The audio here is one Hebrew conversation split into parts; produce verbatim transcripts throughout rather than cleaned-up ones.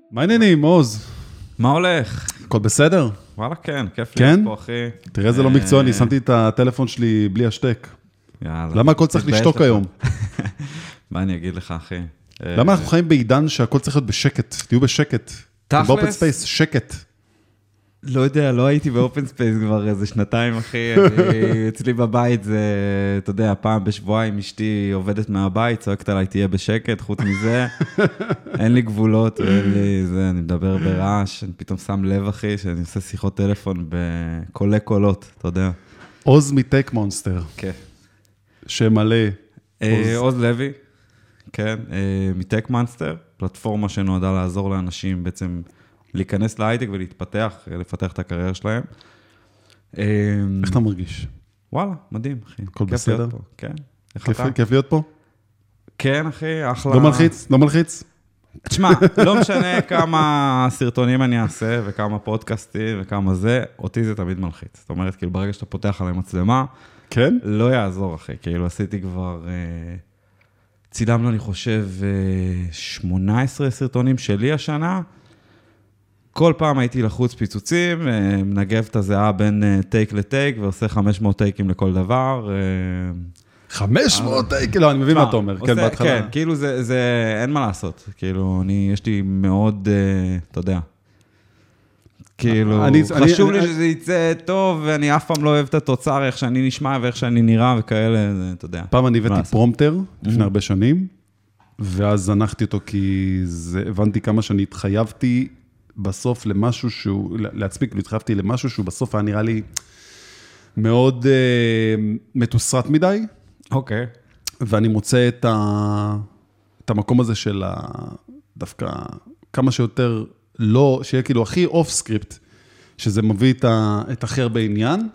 מה העניינים, עוז? מה הולך? הכל בסדר? וואלה, כן, כיף כן? להיות פה, אחי. תראה, זה לא מקצוע, אני שמתי את הטלפון שלי בלי השתק. יאללה. למה הכל צריך לשתוק היום? מה אני אגיד לך, אחי? למה אנחנו חיים בעידן שהכל צריך להיות בשקט? תהיו בשקט. תכלס? באופן ספייס, שקט. לא יודע, לא הייתי באופן ספייס כבר איזה שנתיים, אחי. אני- אצלי בבית זה, אתה יודע, פעם בשבועיים אשתי עובדת מהבית, צועקת עליי, תהיה בשקט, חוץ מזה. אין לי גבולות, אין לי זה, אני מדבר ברעש, אני פתאום שם לב, אחי, שאני עושה שיחות טלפון בקולי קולות, אתה יודע. עוז מטק מונסטר, כן. שמלא. אה, עוז לוי, כן, אה, מטק מונסטר, פלטפורמה שנועדה לעזור לאנשים בעצם להיכנס להייטק ולהתפתח, לפתח את הקריירה שלהם. אה, איך אתה מרגיש? וואלה, מדהים, אחי. הכל כיף בסדר? להיות פה, כן. איך כיף- אתה? כיף להיות פה? כן, אחי, אחלה. לא מלחיץ? לא מלחיץ? תשמע, לא משנה כמה סרטונים אני אעשה, וכמה פודקאסטים, וכמה זה, אותי זה תמיד מלחיץ. זאת אומרת, כאילו, ברגע שאתה פותח עליי מצלמה, כן? לא יעזור, אחי. כאילו, עשיתי כבר... אה, צילמנו, אני חושב, אה, שמונה עשרה סרטונים שלי השנה. כל פעם הייתי לחוץ פיצוצים, אה, מנגב את הזיעה בין אה, טייק לטייק, ועושה חמש מאות טייקים לכל דבר. אה, חמש מאות טייק? לא, אני מבין מה אתה אומר. כן, עושה- בהתחלה. כן, כאילו זה, זה, אין מה לעשות. כאילו, אני, יש לי מאוד, אה, אתה יודע, כאילו, אני- חשוב אני- לי אני- שזה יצא טוב, ואני אף פעם לא אוהב את התוצר, איך שאני נשמע ואיך שאני נראה וכאלה, זה, אתה יודע. פעם אני מה הבאתי לעשות? פרומטר לפני הרבה שנים, ואז זנחתי אותו כי זה- הבנתי כמה שאני התחייבתי בסוף למשהו שהוא, להצפיק, התחייבתי למשהו שהוא בסוף היה נראה לי מאוד אה, מתוסרט מדי, אוקיי. ואני מוצא את, ה, את המקום הזה של ה, דווקא כמה שיותר לא, שיהיה כאילו הכי אוף סקריפט, שזה מביא את, ה, את הכי הרבה עניין,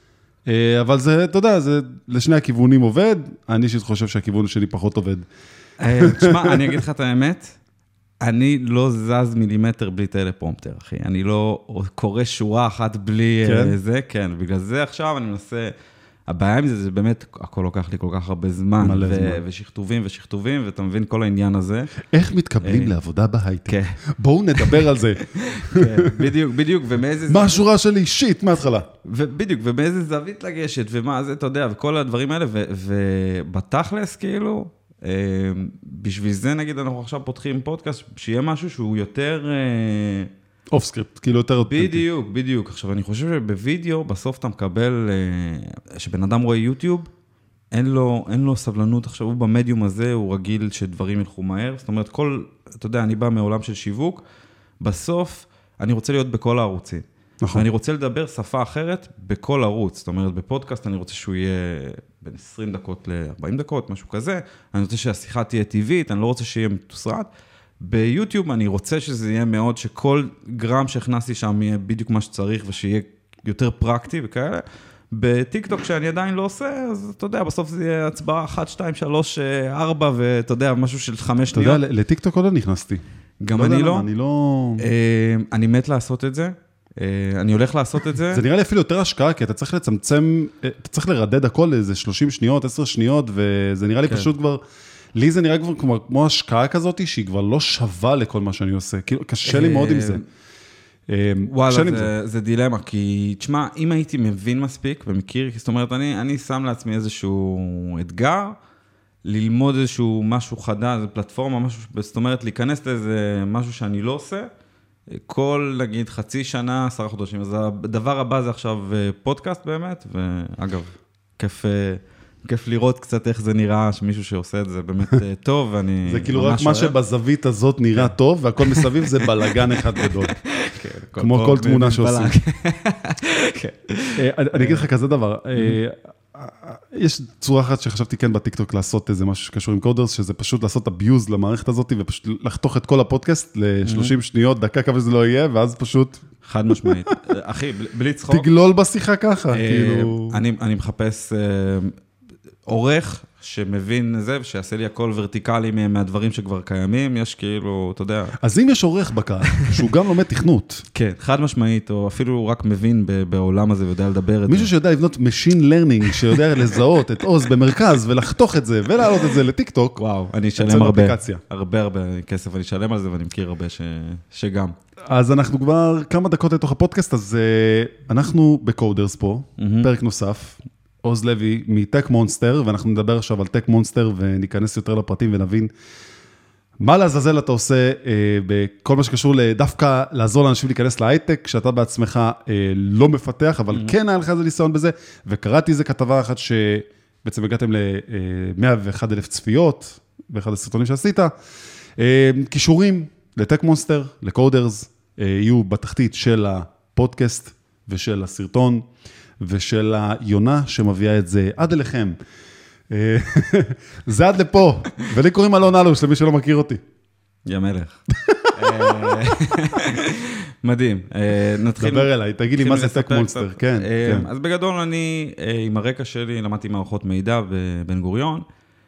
אה, אבל זה, אתה יודע, זה לשני הכיוונים עובד, אני אישית חושב שהכיוון שלי פחות עובד. אה, תשמע, אני אגיד לך את האמת, אני לא זז מילימטר בלי טלפרומפטר, אחי. אני לא קורא שורה אחת בלי כן? אה, זה, כן. בגלל זה עכשיו אני מנסה... הבעיה עם זה, זה באמת, הכל לוקח לי כל כך הרבה זמן. מלא ו- זמן. ושכתובים ושכתובים, ואתה מבין כל העניין הזה. איך מתקבלים לעבודה בהייטק? כן. בואו נדבר על זה. כן, בדיוק, בדיוק, ומאיזה... מה השורה שלי? שיט, מההתחלה. ובדיוק, ובאיזה זווית לגשת, ומה זה, אתה יודע, וכל הדברים האלה, ו- ובתכלס, כאילו, אה, בשביל זה, נגיד, אנחנו עכשיו פותחים פודקאסט, שיהיה משהו שהוא יותר... אה, אוף סקריפט, כאילו יותר אותנטי. בדיוק, בדיוק. עכשיו, אני חושב שבווידאו, בסוף אתה מקבל, אה, שבן אדם רואה יוטיוב, אין לו, אין לו סבלנות, עכשיו הוא במדיום הזה, הוא רגיל שדברים ילכו מהר, זאת אומרת, כל, אתה יודע, אני בא מעולם של שיווק, בסוף אני רוצה להיות בכל הערוצים. נכון. ואני רוצה לדבר שפה אחרת בכל ערוץ, זאת אומרת, בפודקאסט אני רוצה שהוא יהיה בין עשרים דקות ל-ארבעים דקות, משהו כזה, אני רוצה שהשיחה תהיה טבעית, אני לא רוצה שיהיה מתוסרט. ביוטיוב אני רוצה שזה יהיה מאוד, שכל גרם שהכנסתי שם יהיה בדיוק מה שצריך, ושיהיה יותר פרקטי וכאלה. בטיקטוק שאני עדיין לא עושה, אז אתה יודע, בסוף זה יהיה הצבעה אחת, שתיים, שלוש, ארבע, ואתה יודע, משהו של חמש אתה שניות. יודע, לטיקטוק עוד לא נכנסתי. גם יודע אני למה, לא. אני לא... אה, אני מת לעשות את זה. אה, אני הולך לעשות את זה. זה נראה לי אפילו יותר השקעה, כי אתה צריך לצמצם, אתה צריך לרדד הכל לאיזה שלושים שניות, עשר שניות, וזה נראה לי כן. פשוט כבר, לי זה נראה כבר כמו, כמו השקעה כזאת, שהיא כבר לא שווה לכל מה שאני עושה. כאילו, קשה לי מאוד עם זה. אה, וואלה, קשה לי עם זה, זה דילמה, כי תשמע, אם הייתי מבין מספיק ומכיר, זאת אומרת, אני, אני שם לעצמי איזשהו אתגר, ללמוד איזשהו משהו חדש, איזו פלטפורמה, משהו, זאת אומרת, להיכנס לאיזה משהו שאני לא עושה, כל, נגיד, חצי שנה, עשרה חודשים. אז הדבר הבא זה עכשיו פודקאסט באמת, ואגב, כיף, כיף לראות קצת איך זה נראה, שמישהו שעושה את זה באמת טוב, ואני זה כאילו רק מה שבזווית הזאת נראה טוב, והכל מסביב זה בלגן אחד גדול. כמו כל תמונה שעושים. אני אגיד לך כזה דבר, יש צורה אחת שחשבתי כן בטיקטוק לעשות איזה משהו שקשור עם קודרס, שזה פשוט לעשות אביוז למערכת הזאת, ופשוט לחתוך את כל הפודקאסט ל-שלושים שניות, דקה כמה שזה לא יהיה, ואז פשוט... חד משמעית. אחי, בלי צחוק. תגלול בשיחה ככה, כאילו... אני מחפש עורך שמבין זה, ושיעשה לי הכל ורטיקלי מהדברים שכבר קיימים, יש כאילו, אתה יודע... אז אם יש עורך בקהל, שהוא גם לומד תכנות. כן, חד משמעית, או אפילו רק מבין בעולם הזה ויודע לדבר את זה. מישהו שיודע לבנות machine learning, שיודע לזהות את עוז במרכז, ולחתוך את זה, ולהעלות את זה לטיק-טוק. וואו, אני אשלם הרבה, הרבה הרבה כסף, אני אשלם על זה, ואני מכיר הרבה שגם. אז אנחנו כבר כמה דקות לתוך הפודקאסט, אז אנחנו בקודרס פה, פרק נוסף. עוז לוי מטק מונסטר, ואנחנו נדבר עכשיו על טק מונסטר, וניכנס יותר לפרטים ונבין מה לעזאזל אתה עושה אה, בכל מה שקשור דווקא לעזור לאנשים להיכנס להייטק, כשאתה בעצמך אה, לא מפתח, אבל mm-hmm. כן היה לך איזה ניסיון בזה, וקראתי איזה כתבה אחת שבעצם הגעתם ל-מאה ואחד אלף צפיות, באחד הסרטונים שעשית, אה, קישורים לטק מונסטר, לקודרס, אה, יהיו בתחתית של הפודקאסט ושל הסרטון, ושל היונה שמביאה את זה עד אליכם. זה עד לפה, ולי קוראים אלון אלוש, למי שלא מכיר אותי. יא מלך. מדהים. דבר אליי, תגיד לי מה זה טק מונסטר. כן, כן. אז בגדול אני, עם הרקע שלי, למדתי מערכות מידע בבן גוריון,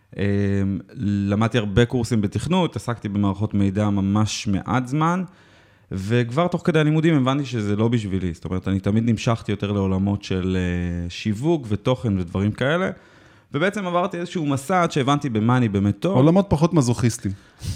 למדתי הרבה קורסים בתכנות, עסקתי במערכות מידע ממש מעט זמן, וכבר תוך כדי הלימודים הבנתי שזה לא בשבילי, זאת אומרת, אני תמיד נמשכתי יותר לעולמות של שיווק ותוכן ודברים כאלה, ובעצם עברתי איזשהו מסע שהבנתי במה אני באמת טוב. עולמות פחות מזוכיסטים.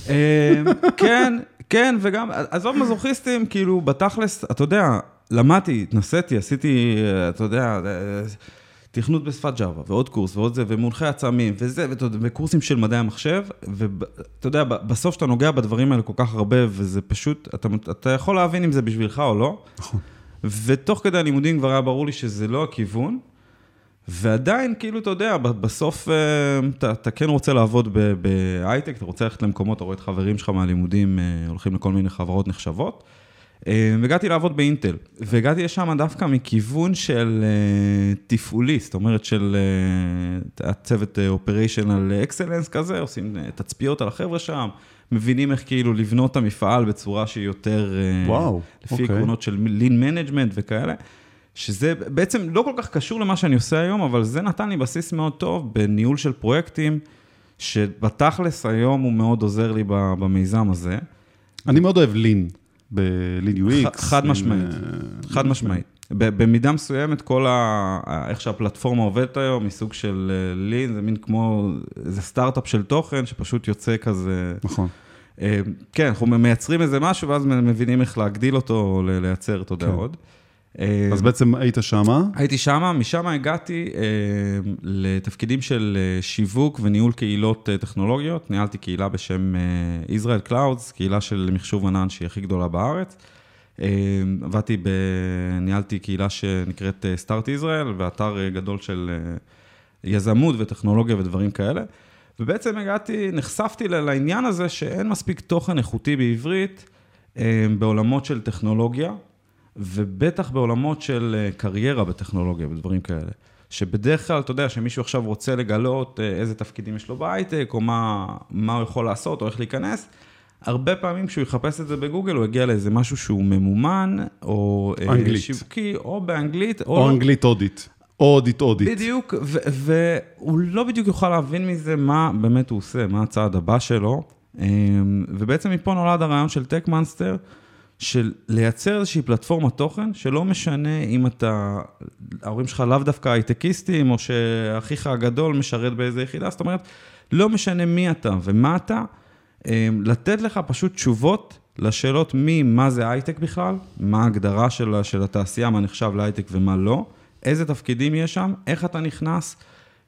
כן, כן, וגם, עזוב מזוכיסטים, כאילו, בתכלס, אתה יודע, למדתי, התנסיתי, עשיתי, אתה יודע, תכנות בשפת ג'אווה, ועוד קורס, ועוד זה, ומונחי עצמים, וזה, וקורסים של מדעי המחשב, ואתה יודע, בסוף שאתה נוגע בדברים האלה כל כך הרבה, וזה פשוט, אתה, אתה יכול להבין אם זה בשבילך או לא, נכון. ותוך כדי הלימודים כבר היה ברור לי שזה לא הכיוון, ועדיין, כאילו, אתה יודע, בסוף אתה, אתה כן רוצה לעבוד בהייטק, אתה רוצה ללכת למקומות, אתה רואה את חברים שלך מהלימודים, הולכים לכל מיני חברות נחשבות, והגעתי לעבוד באינטל, והגעתי לשם דווקא מכיוון של תפעולי, זאת אומרת של הצוות אופריישנל אקסלנס כזה, עושים תצפיות על החבר'ה שם, מבינים איך כאילו לבנות את המפעל בצורה שהיא יותר, וואו, לפי עקרונות של לין מנג'מנט וכאלה, שזה בעצם לא כל כך קשור למה שאני עושה היום, אבל זה נתן לי בסיס מאוד טוב בניהול של פרויקטים, שבתכלס היום הוא מאוד עוזר לי במיזם הזה. אני מאוד אוהב לין. בלין יו אקס. חד משמעית, חד משמעית. במידה מסוימת, כל ה... איך שהפלטפורמה עובדת היום, מסוג של לין, זה מין כמו, זה סטארט-אפ של תוכן, שפשוט יוצא כזה... נכון. כן, אנחנו מייצרים איזה משהו, ואז מבינים איך להגדיל אותו, או לייצר, אתה יודע עוד. אז בעצם היית שמה? הייתי שמה, משם הגעתי לתפקידים של שיווק וניהול קהילות טכנולוגיות, ניהלתי קהילה בשם Israel Clouds, קהילה של מחשוב ענן שהיא הכי גדולה בארץ, עבדתי, ניהלתי קהילה שנקראת Start Israel, ואתר גדול של יזמות וטכנולוגיה ודברים כאלה, ובעצם הגעתי, נחשפתי לעניין הזה שאין מספיק תוכן איכותי בעברית, בעולמות של טכנולוגיה, ובטח בעולמות של קריירה בטכנולוגיה ודברים כאלה. שבדרך כלל, אתה יודע, שמישהו עכשיו רוצה לגלות איזה תפקידים יש לו בהייטק, או מה, מה הוא יכול לעשות, או איך להיכנס, הרבה פעמים כשהוא יחפש את זה בגוגל, הוא יגיע לאיזה משהו שהוא ממומן, או אנגלית. שיווקי, או באנגלית, או, או אנגלית אודית. או אודית אודית. בדיוק, ו- והוא לא בדיוק יוכל להבין מזה מה באמת הוא עושה, מה הצעד הבא שלו, ובעצם מפה נולד הרעיון של טק מונסטר, של לייצר איזושהי פלטפורמת תוכן, שלא משנה אם אתה, ההורים שלך לאו דווקא הייטקיסטים, או שאחיך הגדול משרת באיזה יחידה, זאת אומרת, לא משנה מי אתה ומה אתה, לתת לך פשוט תשובות לשאלות מי, מה זה הייטק בכלל, מה ההגדרה של, של התעשייה, מה נחשב להייטק ומה לא, איזה תפקידים יש שם, איך אתה נכנס,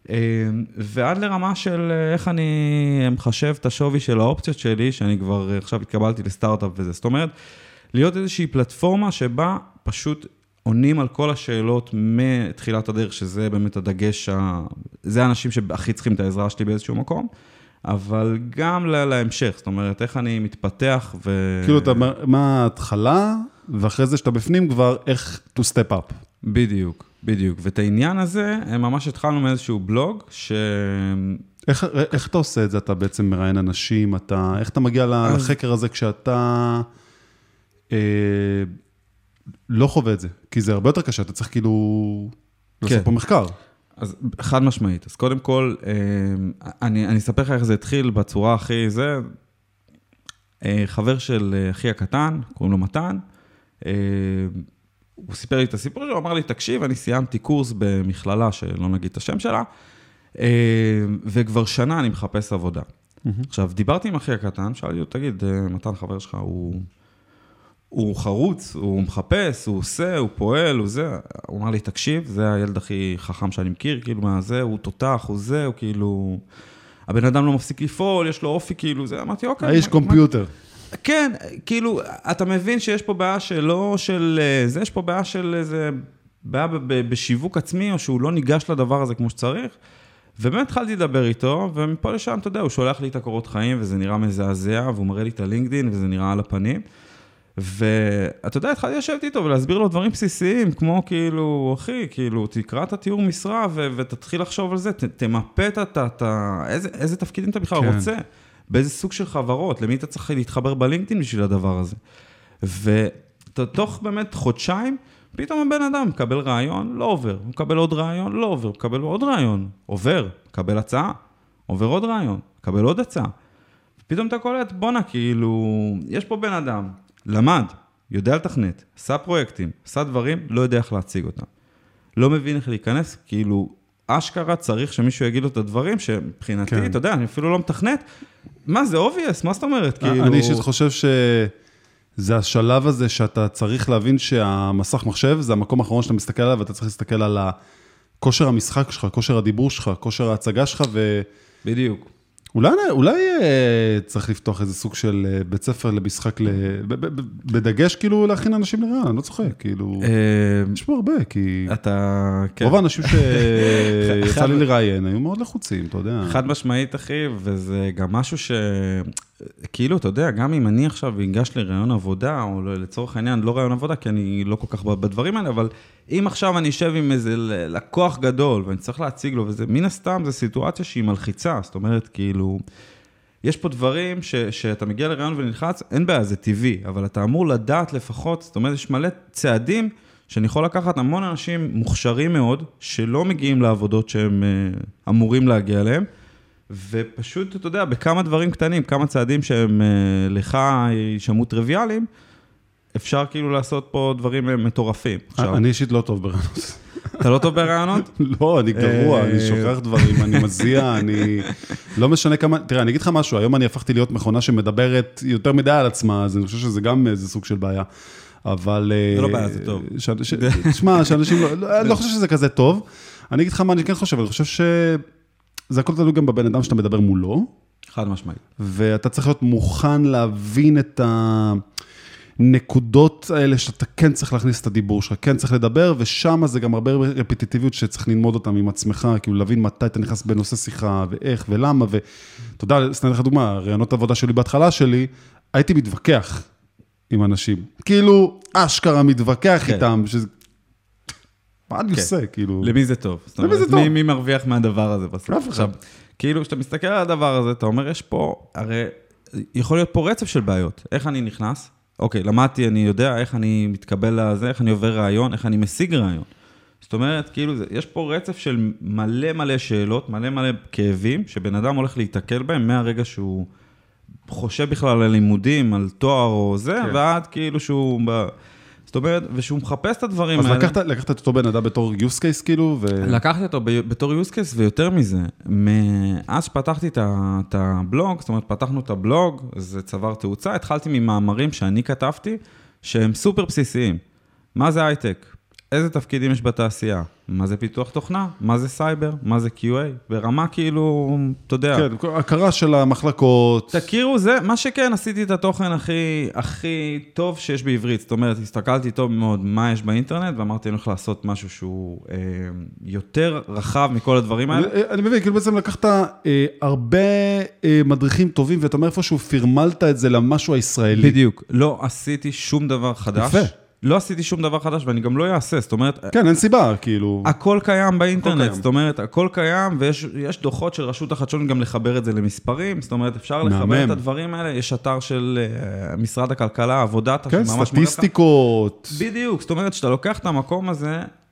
ועד לרמה של איך אני מחשב את השווי של האופציות שלי, שאני כבר עכשיו התקבלתי לסטארט-אפ וזה, זאת אומרת, להיות איזושהי פלטפורמה שבה פשוט עונים על כל השאלות מתחילת הדרך, שזה באמת הדגש, זה האנשים שהכי צריכים את העזרה שלי באיזשהו מקום, אבל גם להמשך, זאת אומרת, איך אני מתפתח ו... כאילו, אתה, מה ההתחלה, ואחרי זה שאתה בפנים כבר, איך to step up. בדיוק, בדיוק. ואת העניין הזה, ממש התחלנו מאיזשהו בלוג, ש... איך, איך אתה עושה את זה? אתה בעצם מראיין אנשים, אתה, איך אתה מגיע אז... לחקר הזה כשאתה אה, לא חווה את זה? כי זה הרבה יותר קשה, אתה צריך כאילו כן. לעשות פה מחקר. אז חד משמעית. אז קודם כל, אני, אני אספר לך איך זה התחיל בצורה הכי זה, חבר של אחי הקטן, קוראים לו מתן, הוא סיפר לי את הסיפור שלו, הוא אמר לי, תקשיב, אני סיימתי קורס במכללה, שלא נגיד את השם שלה, וכבר שנה אני מחפש עבודה. עכשיו, דיברתי עם אחי הקטן, שאלתי לו, תגיד, מתן חבר שלך, הוא... הוא חרוץ, הוא מחפש, הוא עושה, הוא פועל, הוא זה. הוא אמר לי, תקשיב, זה הילד הכי חכם שאני מכיר, כאילו מה זה, הוא תותח, הוא זה, הוא כאילו... הבן אדם לא מפסיק לפעול, יש לו אופי, כאילו זה. אמרתי, אוקיי. האיש קומפיוטר. כן, כאילו, אתה מבין שיש פה בעיה שלא של... זה, יש פה בעיה של איזה... בעיה בשיווק עצמי, או שהוא לא ניגש לדבר הזה כמו שצריך. ובאמת התחלתי לדבר איתו, ומפה לשם, אתה יודע, הוא שולח לי את הקורות חיים, וזה נראה מזעזע, והוא מראה לי את הלינקדין, וזה נראה על הפנים. ואתה יודע, התחלתי לשבת איתו ולהסביר לו דברים בסיסיים, כמו כאילו, אחי, כאילו, תקרא את התיאור משרה ו- ותתחיל לחשוב על זה, ת- תמפה את ה... איזה, איזה תפקידים אתה בכלל כן. רוצה, באיזה סוג של חברות, למי אתה צריך להתחבר בלינקדין בשביל הדבר הזה. ותוך באמת חודשיים, פתאום הבן אדם מקבל רעיון, לא עובר, הוא מקבל עוד רעיון, לא עובר, הוא מקבל עוד רעיון, עובר, מקבל הצעה, עובר עוד רעיון, מקבל עוד הצעה. פתאום אתה קולט, בונה, כאילו, יש פה בן אדם, למד, יודע לתכנת, עשה פרויקטים, עשה דברים, לא יודע איך להציג אותם. לא מבין איך להיכנס, כאילו, אשכרה צריך שמישהו יגיד לו את הדברים, שבחינתי, כן. אתה יודע, אני אפילו לא מתכנת, מה זה obvious? מה זאת אומרת? כאילו... אני אישית חושב שזה השלב הזה שאתה צריך להבין שהמסך מחשב, זה המקום האחרון שאתה מסתכל עליו, ואתה צריך להסתכל על כושר המשחק שלך, כושר הדיבור שלך, כושר ההצגה שלך, ו... בדיוק. אולי, אולי צריך לפתוח איזה סוג של בית ספר למשחק, בדגש כאילו להכין אנשים לרעיון, אני לא צוחק, כאילו, יש פה הרבה, כי רוב האנשים שיצא לי לראיין, היו מאוד לחוצים, אתה יודע. חד משמעית, אחי, וזה גם משהו ש... כאילו, אתה יודע, גם אם אני עכשיו אגש לרעיון עבודה, או לצורך העניין, לא רעיון עבודה, כי אני לא כל כך בדברים האלה, אבל אם עכשיו אני אשב עם איזה לקוח גדול, ואני צריך להציג לו, וזה, מן הסתם, זו סיטואציה שהיא מלחיצה, זאת אומרת, כאילו, יש פה דברים ש, שאתה מגיע לרעיון ונלחץ, אין בעיה, זה טבעי, אבל אתה אמור לדעת לפחות, זאת אומרת, יש מלא צעדים, שאני יכול לקחת המון אנשים מוכשרים מאוד, שלא מגיעים לעבודות שהם אמורים להגיע אליהם, ופשוט, אתה יודע, בכמה דברים קטנים, כמה צעדים שהם לך ישמעו טריוויאליים, אפשר כאילו לעשות פה דברים מטורפים. אני אישית לא טוב ברעיונות. אתה לא טוב ברעיונות? לא, אני גרוע, אני שוכח דברים, אני מזיע, אני... לא משנה כמה... תראה, אני אגיד לך משהו, היום אני הפכתי להיות מכונה שמדברת יותר מדי על עצמה, אז אני חושב שזה גם איזה סוג של בעיה. אבל... זה לא בעיה, זה טוב. תשמע, שאנשים לא... אני לא חושב שזה כזה טוב. אני אגיד לך מה אני כן חושב, אני חושב ש... זה הכל תלוי גם בבן אדם שאתה מדבר מולו. חד משמעית. ואתה צריך להיות מוכן להבין את הנקודות האלה שאתה כן צריך להכניס את הדיבור שלך, כן צריך לדבר, ושם זה גם הרבה רפטיטיביות שצריך ללמוד אותם עם עצמך, כאילו להבין מתי אתה נכנס בנושא שיחה, ואיך ולמה, ואתה יודע, סתם לך דוגמה, רעיונות עבודה שלי בהתחלה שלי, הייתי מתווכח עם אנשים. כאילו, אשכרה מתווכח איתם, שזה... מה אני עושה, כאילו... למי זה טוב? למי זה טוב? מי מרוויח מהדבר הזה בסוף? אף אחד. כאילו, כשאתה מסתכל על הדבר הזה, אתה אומר, יש פה, הרי יכול להיות פה רצף של בעיות. איך אני נכנס? אוקיי, למדתי, אני יודע איך אני מתקבל לזה, איך אני עובר רעיון, איך אני משיג רעיון. זאת אומרת, כאילו, יש פה רצף של מלא מלא שאלות, מלא מלא כאבים, שבן אדם הולך להתקל בהם מהרגע שהוא חושב בכלל על לימודים, על תואר או זה, ועד כאילו שהוא... זאת אומרת, ושהוא מחפש את הדברים האלה. אז לקחת, לקחת את אותו בן אדם בתור use case, כאילו, ו... לקחתי אותו בתור use case, ויותר מזה, מאז שפתחתי את הבלוג, זאת אומרת, פתחנו את הבלוג, זה צבר תאוצה, התחלתי ממאמרים שאני כתבתי, שהם סופר בסיסיים. מה זה הייטק? איזה תפקידים יש בתעשייה? מה זה פיתוח תוכנה? מה זה סייבר? מה זה קיו איי? ברמה כאילו, אתה יודע. כן, הכרה של המחלקות. תכירו, זה, מה שכן, עשיתי את התוכן הכי, הכי טוב שיש בעברית. זאת אומרת, הסתכלתי טוב מאוד מה יש באינטרנט, ואמרתי, אני הולך לעשות משהו שהוא אה, יותר רחב מכל הדברים האלה. אני, אני מבין, כאילו בעצם לקחת אה, הרבה אה, מדריכים טובים, ואתה אומר איפשהו פרמלת את זה למשהו הישראלי. בדיוק. לא עשיתי שום דבר חדש. יפה. לא עשיתי שום דבר חדש, ואני גם לא אעשה, זאת אומרת... כן, אין סיבה, כאילו... הכל קיים באינטרנט, זאת אומרת, הכל קיים, ויש דוחות של רשות החדשנות גם לחבר את זה למספרים, זאת אומרת, אפשר לחבר את הדברים האלה, יש אתר של משרד הכלכלה, עבודת... כן, סטטיסטיקות. בדיוק, זאת אומרת, שאתה לוקח את המקום הזה,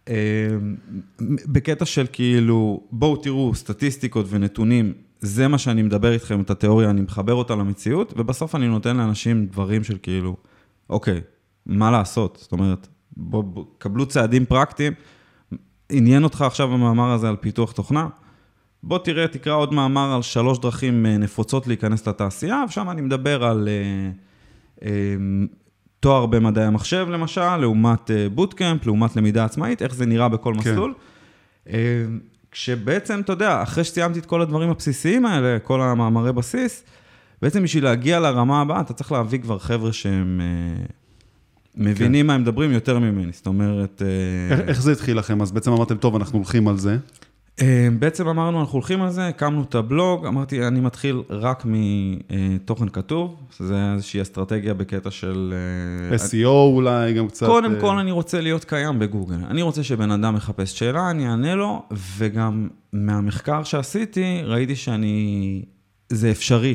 בקטע של כאילו, בואו תראו סטטיסטיקות ונתונים, זה מה שאני מדבר איתכם, את התיאוריה, אני מחבר אותה למציאות, ובסוף אני נותן לאנשים דברים של כאילו, אוקיי, מה לעשות? זאת אומרת, בואו, בוא, קבלו צעדים פרקטיים, עניין אותך עכשיו במאמר הזה על פיתוח תוכנה, בוא תראה, תקרא עוד מאמר על שלוש דרכים נפוצות להיכנס לתעשייה, ושם אני מדבר על אה, אה, תואר במדעי המחשב, למשל, לעומת בוטקאמפ, לעומת למידה עצמאית, איך זה נראה בכל כן. מסלול. אה, כשבעצם, אתה יודע, אחרי שסיימתי את כל הדברים הבסיסיים האלה, כל המאמרי בסיס, בעצם בשביל להגיע לרמה הבאה, אתה צריך להביא כבר חבר'ה שהם אה, מבינים כן. מה הם מדברים יותר ממני. זאת אומרת... אה, איך, איך זה התחיל לכם? אז בעצם אמרתם, טוב, אנחנו הולכים על זה. בעצם אמרנו, אנחנו הולכים על זה, הקמנו את הבלוג, אמרתי, אני מתחיל רק מתוכן כתוב, זה איזושהי אסטרטגיה בקטע של... אס אי או אולי גם קצת... קודם כל אני רוצה להיות קיים בגוגל, אני רוצה שבן אדם מחפש שאלה, אני אענה לו, וגם מהמחקר שעשיתי, ראיתי שאני... זה אפשרי,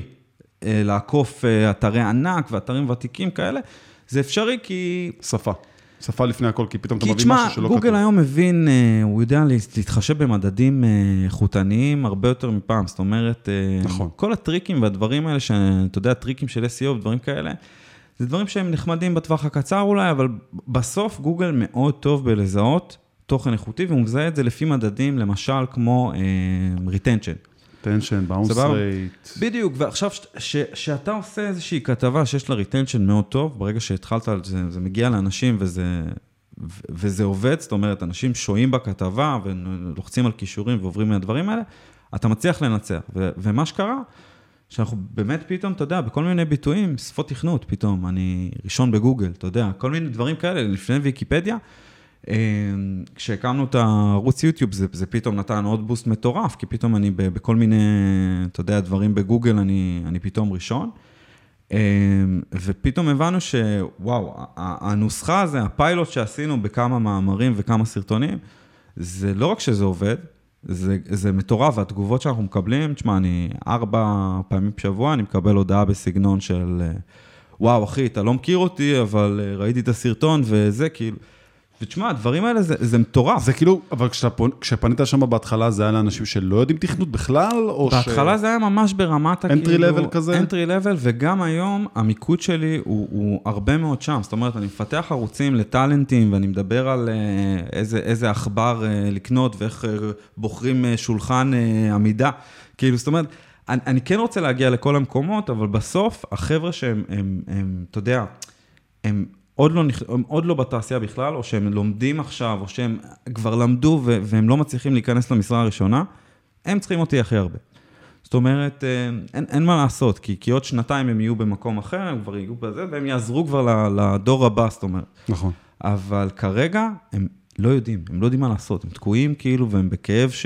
לעקוף אתרי ענק ואתרים ותיקים כאלה, זה אפשרי כי... שפה. שפה לפני הכל, כי פתאום אתה מביא משהו שלא כתוב. כי תשמע, גוגל היום מבין, הוא יודע להתחשב במדדים איכותניים הרבה יותר מפעם, זאת אומרת, נכון. כל הטריקים והדברים האלה, שאתה יודע, הטריקים של אס אי או ודברים כאלה, זה דברים שהם נחמדים בטווח הקצר אולי, אבל בסוף גוגל מאוד טוב בלזהות תוכן איכותי, והוא מזהה את זה לפי מדדים, למשל כמו retention. retention, bounce rate. בדיוק, ועכשיו שאתה עושה איזושהי כתבה שיש לה retention מאוד טוב, ברגע שהתחלת על זה, זה מגיע לאנשים וזה, וזה עובד, זאת אומרת, אנשים שוהים בכתבה ולוחצים על קישורים ועוברים מהדברים האלה, אתה מצליח לנצח. ומה שקרה, שאנחנו באמת פתאום, אתה יודע, בכל מיני ביטויים, שפות תכנות פתאום, אני ראשון בגוגל, אתה יודע, כל מיני דברים כאלה, לפני ויקיפדיה, כשהקמנו את הערוץ יוטיוב, זה, זה פתאום נתן עוד בוסט מטורף, כי פתאום אני בכל מיני, אתה יודע, דברים בגוגל, אני, אני פתאום ראשון, ופתאום הבנו שוואו, הנוסחה הזה, הפיילוט שעשינו בכמה מאמרים וכמה סרטונים, זה לא רק שזה עובד, זה, זה מטורף, והתגובות שאנחנו מקבלים, תשמע, אני ארבע פעמים בשבוע, אני מקבל הודעה בסגנון של, וואו, אחי, אתה לא מכיר אותי, אבל ראיתי את הסרטון, וזה כאילו, ותשמע, הדברים האלה זה, זה מטורף. זה כאילו, אבל כשפנית שם בהתחלה, זה היה לאנשים שלא יודעים תכנות בכלל, או ש... בהתחלה זה היה ממש ברמת... entry level כזה? entry level, וגם היום המיקוד שלי הוא, הוא הרבה מאוד שם. זאת אומרת, אני מפתח ערוצים לטלנטים, ואני מדבר על איזה, איזה אכבר לקנות, ואיך בוחרים שולחן עמידה. כאילו, זאת אומרת, אני, אני כן רוצה להגיע לכל המקומות, אבל בסוף, החבר'ה שהם, הם, הם, אתה יודע, הם... עוד לא, הם עוד לא בתעשייה בכלל, או שהם לומדים עכשיו, או שהם כבר למדו והם לא מצליחים להיכנס למשרה הראשונה, הם צריכים אותי הכי הרבה. זאת אומרת, אין, אין מה לעשות, כי, כי עוד שנתיים הם יהיו במקום אחר, הם כבר יהיו בזה, והם יעזרו כבר לדור הבא, זאת אומרת. נכון. אבל כרגע הם לא יודעים, הם לא יודעים מה לעשות, הם תקועים כאילו, והם בכאב ש...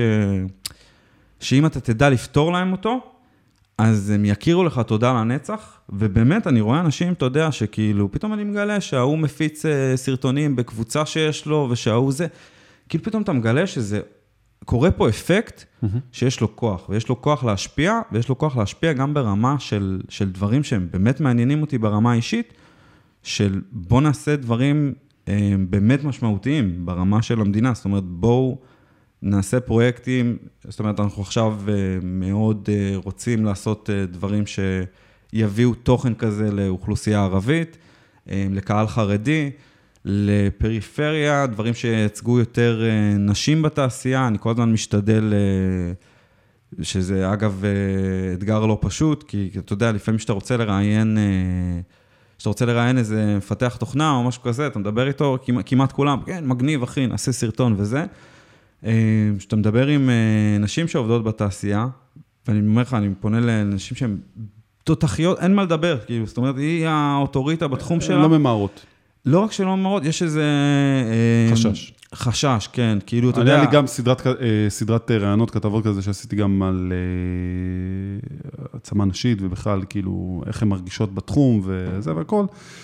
שאם אתה תדע לפתור להם אותו, אז הם יכירו לך תודה לנצח, ובאמת אני רואה אנשים, אתה יודע, שכאילו, פתאום אני מגלה שההוא מפיץ סרטונים בקבוצה שיש לו, ושההוא זה, כאילו פתאום אתה מגלה שזה, קורה פה אפקט שיש לו כוח, ויש לו כוח להשפיע, ויש לו כוח להשפיע גם ברמה של, של דברים שהם באמת מעניינים אותי ברמה האישית, של בוא נעשה דברים באמת משמעותיים ברמה של המדינה, זאת אומרת, בואו, נעשה פרויקטים, זאת אומרת, אנחנו עכשיו מאוד רוצים לעשות דברים שיביאו תוכן כזה לאוכלוסייה ערבית, לקהל חרדי, לפריפריה, דברים שיצגו יותר נשים בתעשייה, אני כל הזמן משתדל, שזה אגב אתגר לא פשוט, כי אתה יודע, לפעמים שאתה רוצה לראיין, שאתה רוצה לראיין איזה מפתח תוכנה או משהו כזה, אתה מדבר איתו, כמעט כולם, כן, מגניב אחי, נעשה סרטון וזה, שאתה מדבר עם נשים שעובדות בתעשייה, ואני אומר לך, אני פונה לנשים שהן תותחיות, אין מה לדבר, כאילו, זאת אומרת, היא האוטוריטה בתחום שלה. לא ממהרות. לא רק שלא ממהרות, יש איזה... חשש. חשש, כן, כאילו, אתה יודע... היה לי גם סדרת, סדרת רעיונות, כתבות כזה, שעשיתי גם על עצמה נשית, ובכלל, כאילו, איך הן מרגישות בתחום, וזה והכל.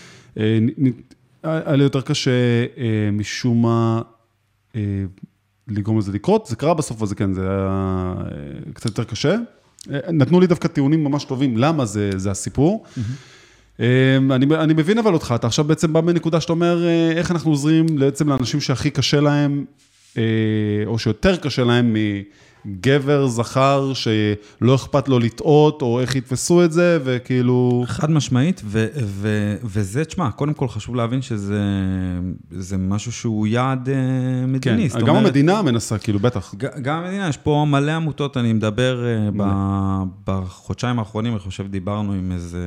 היה לי יותר קשה, משום מה... לגרום לזה לקרות, זה קרה בסוף, וזה כן, זה היה קצת יותר קשה. נתנו לי דווקא טיעונים ממש טובים, למה זה, זה הסיפור. אני, אני מבין אבל אותך, אתה עכשיו בעצם בא בנקודה שאתה אומר, איך אנחנו עוזרים בעצם לאנשים שהכי קשה להם או שיותר קשה להם מגבר, זכר, שלא אכפת לו לטעות, או איך יתפסו את זה, וכאילו... חד משמעית, ו- ו- וזה, תשמע, קודם כל חשוב להבין שזה זה משהו שהוא יעד מדיני. כן, גם אומרת, המדינה מנסה, כאילו, בטח. גם המדינה, יש פה מלא עמותות, אני מדבר ב- בחודשיים האחרונים, אני חושב, דיברנו עם איזה...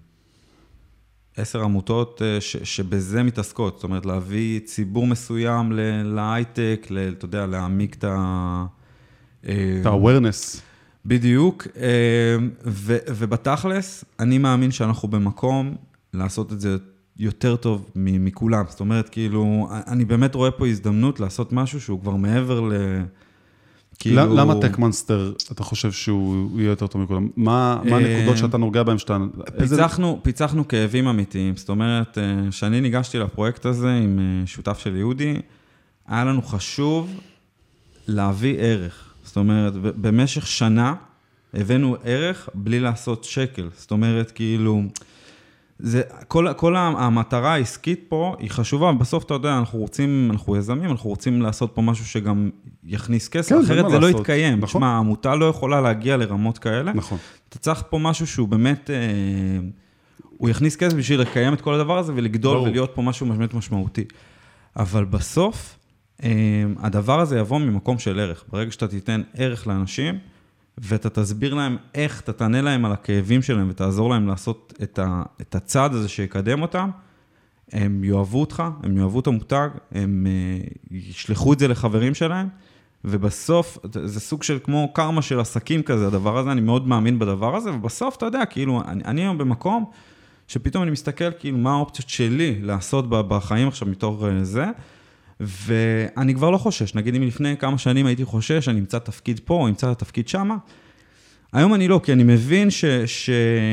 עשר עמותות ש, שבזה מתעסקות, זאת אומרת, להביא ציבור מסוים להייטק, אתה יודע, להעמיק את ה... את ה-awareness. בדיוק, ו, ובתכלס, אני מאמין שאנחנו במקום לעשות את זה יותר טוב מכולם, זאת אומרת, כאילו, אני באמת רואה פה הזדמנות לעשות משהו שהוא כבר מעבר ל... כאילו... למה טק-מונסטר, אתה חושב שהוא יהיה יותר טוב מכולם? מה הנקודות שאתה נוגע בהם שאתה... פיצחנו, פיצחנו כאבים אמיתיים, זאת אומרת, שאני ניגשתי לפרויקט הזה עם שותף של יהודי, היה לנו חשוב להביא ערך. זאת אומרת, במשך שנה הבאנו ערך בלי לעשות שקל. זאת אומרת, כאילו... זה, כל, כל המטרה העסקית פה היא חשובה, בסוף אתה יודע, אנחנו רוצים, אנחנו יזמים, אנחנו רוצים לעשות פה משהו שגם יכניס כסף, כן, אחרת זה, זה לא יתקיים. נכון. תשמע, העמותה לא יכולה להגיע לרמות כאלה. נכון. אתה צריך פה משהו שהוא באמת, אה, הוא יכניס כסף בשביל לקיים את כל הדבר הזה, ולגדול ברור. ולהיות פה משהו באמת משמעותי. אבל בסוף, אה, הדבר הזה יבוא ממקום של ערך. ברגע שאתה תיתן ערך לאנשים, ואתה תסביר להם איך, אתה תענה להם על הכאבים שלהם, ותעזור להם לעשות את, ה, את הצעד הזה שיקדם אותם, הם יאהבו אותך, הם יאהבו את המותג, הם uh, ישלחו את זה לחברים שלהם, ובסוף, זה סוג של כמו קרמה של עסקים כזה, הדבר הזה, אני מאוד מאמין בדבר הזה, ובסוף, אתה יודע, כאילו, אני, אני היום במקום, שפתאום אני מסתכל, כאילו, מה האופציות שלי לעשות בחיים עכשיו מתוך זה, ואני כבר לא חושש, נגיד אם לפני כמה שנים הייתי חושש, אני אמצא תפקיד פה, או אמצא תפקיד שמה, היום אני לא, כי אני מבין ש... ש...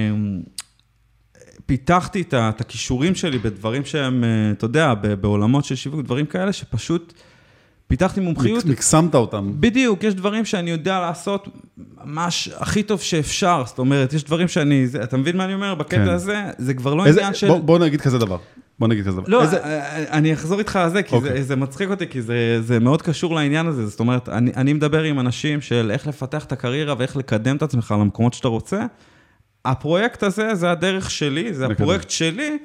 פיתחתי את, את הכישורים שלי בדברים שהם, אתה יודע, בעולמות של שיווק, דברים כאלה שפשוט פיתחתי מומחיות. מקסמת אותם. בדיוק, יש דברים שאני יודע לעשות ממש הכי טוב שאפשר, זאת אומרת, יש דברים שאני, זה, אתה מבין מה אני אומר? בקטע כן. הזה, זה כבר לא איזה, עניין של... בוא, בוא נגיד כזה דבר. בוא נגיד כזה דבר. לא, איזה... אני אחזור איתך על זה, כי אוקיי. זה, זה מצחיק אותי, כי זה, זה מאוד קשור לעניין הזה. זאת אומרת, אני, אני מדבר עם אנשים של איך לפתח את הקריירה ואיך לקדם את עצמך למקומות שאתה רוצה. הפרויקט הזה, זה הדרך שלי, זה הפרויקט שלי,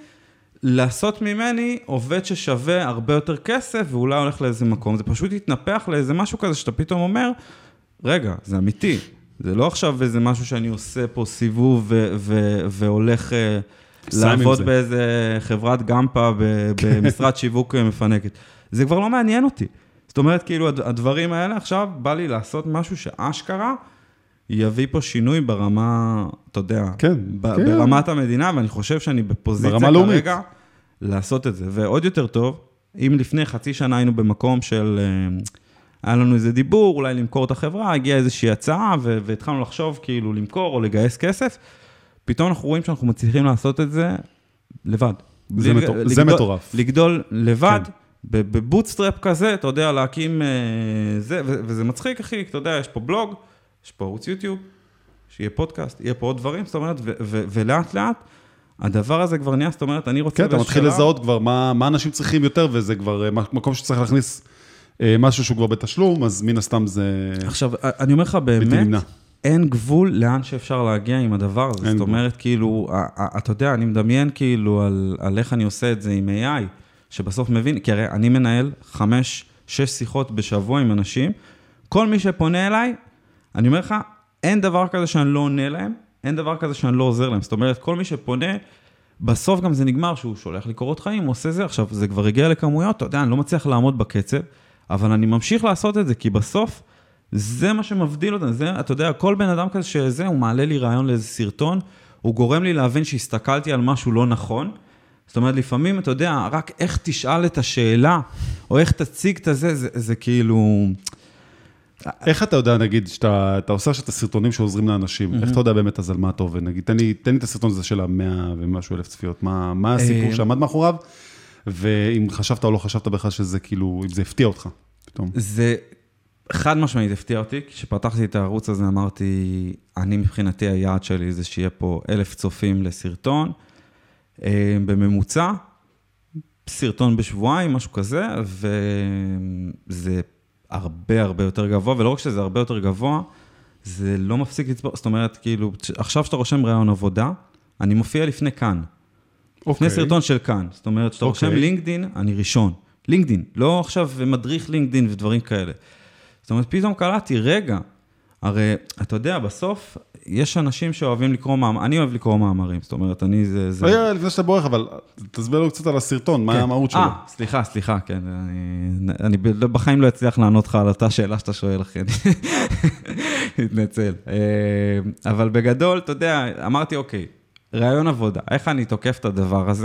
לעשות ממני עובד ששווה הרבה יותר כסף, ואולי הולך לאיזה מקום. זה פשוט יתנפח לאיזה משהו כזה, שאתה פתאום אומר, רגע, זה אמיתי. זה לא עכשיו איזה משהו שאני עושה פה סיבוב, ו- ו- והולך לעבוד באיזה חברת גמפה, במשרד שיווק מפנקת. זה כבר לא מעניין אותי. זאת אומרת, כאילו, הדברים האלה עכשיו, בא לי לעשות משהו שאשכרה, יביא פה שינוי ברמה, אתה יודע, כן, ב- כן. ברמת המדינה, ואני חושב שאני בפוזיציה כרגע לאומית. לעשות את זה. ועוד יותר טוב, אם לפני חצי שנה היינו במקום של, היה לנו איזה דיבור, אולי למכור את החברה, הגיעה איזושהי הצעה, ו- והתחלנו לחשוב כאילו למכור או לגייס כסף, פתאום אנחנו רואים שאנחנו מצליחים לעשות את זה לבד. זה, מטור... לגדול, זה מטורף. לגדול לבד, כן. בבוטסטראפ כזה, אתה יודע, להקים זה, ו- וזה מצחיק, אחי, אתה יודע, יש פה בלוג, יש פה ערוץ יוטיוב, שיהיה פודקאסט, יהיה פה עוד דברים, זאת אומרת, ו- ו- ולאט לאט, הדבר הזה כבר נהיה, זאת אומרת, אני רוצה... כן, אתה מתחיל לזהות כבר מה, מה אנשים צריכים יותר, וזה כבר מקום שצריך להכניס משהו שהוא כבר בתשלום, אז מן הסתם זה... עכשיו, אני אומר לך באמת, אין גבול לאן שאפשר להגיע עם הדבר הזה, זאת אומרת, כאילו, אתה יודע, אני מדמיין כאילו על, על איך אני עושה את זה עם איי איי, שבסוף מבין, כי הרי אני מנהל חמש, שש שיחות בשבוע עם אנשים, כל מי שפונה אליי, אני אומר לך, אין דבר כזה שאני לא עונה להם, אין דבר כזה שאני לא עוזר להם. זאת אומרת, כל מי שפונה, בסוף גם זה נגמר שהוא שולח לי קורות חיים, הוא עושה זה. עכשיו, זה כבר הגיע לכמויות, אתה יודע, אני לא מצליח לעמוד בקצב, אבל אני ממשיך לעשות את זה, כי בסוף, זה מה שמבדיל אותנו. זה, אתה יודע, כל בן אדם כזה שזה, הוא מעלה לי רעיון לאיזה סרטון, הוא גורם לי להבין שהסתכלתי על משהו לא נכון. זאת אומרת, לפעמים, אתה יודע, רק איך תשאל את השאלה, או איך תציג את זה, זה, זה כאילו... איך אתה יודע, נגיד, שאתה אתה עושה את הסרטונים שעוזרים לאנשים, איך אתה יודע באמת אז על מה אתה עובד? נגיד, תן לי, תן לי את הסרטון הזה של המאה ומשהו אלף צפיות, מה, מה הסיפור שעמד מאחוריו, ואם חשבת או לא חשבת בכלל שזה כאילו, אם זה הפתיע אותך, פתאום. זה חד משמעית הפתיע אותי, כשפתחתי את הערוץ הזה אמרתי, אני מבחינתי היעד שלי זה שיהיה פה אלף צופים לסרטון, בממוצע, סרטון בשבועיים, משהו כזה, וזה הרבה הרבה יותר גבוה, ולא רק שזה הרבה יותר גבוה, זה לא מפסיק לצבור, זאת אומרת, כאילו, עכשיו שאתה רושם רעיון עבודה, אני מופיע לפני כאן. Okay. לפני סרטון של כאן. זאת אומרת, שאתה okay. רושם לינקדין, אני ראשון. לינקדין, לא עכשיו מדריך לינקדין ודברים כאלה. זאת אומרת, פתאום קלעתי, רגע, הרי, אתה יודע, בסוף, יש אנשים שאוהבים לקרוא מאמרים, אני אוהב לקרוא מאמרים, זאת אומרת, אני זה... זה... רגע, לפני שאתה בורך, אבל תסביר לו קצת על הסרטון, מה המהות שלו. אה, סליחה, סליחה, כן, אני, אני בחיים לא אצליח לענות לך על אותה שאלה שאתה שואל, אחי, אני מתנצל. אבל בגדול, אתה יודע, אמרתי, אוקיי, רעיון עבודה, איך אני תוקף את הדבר הזה,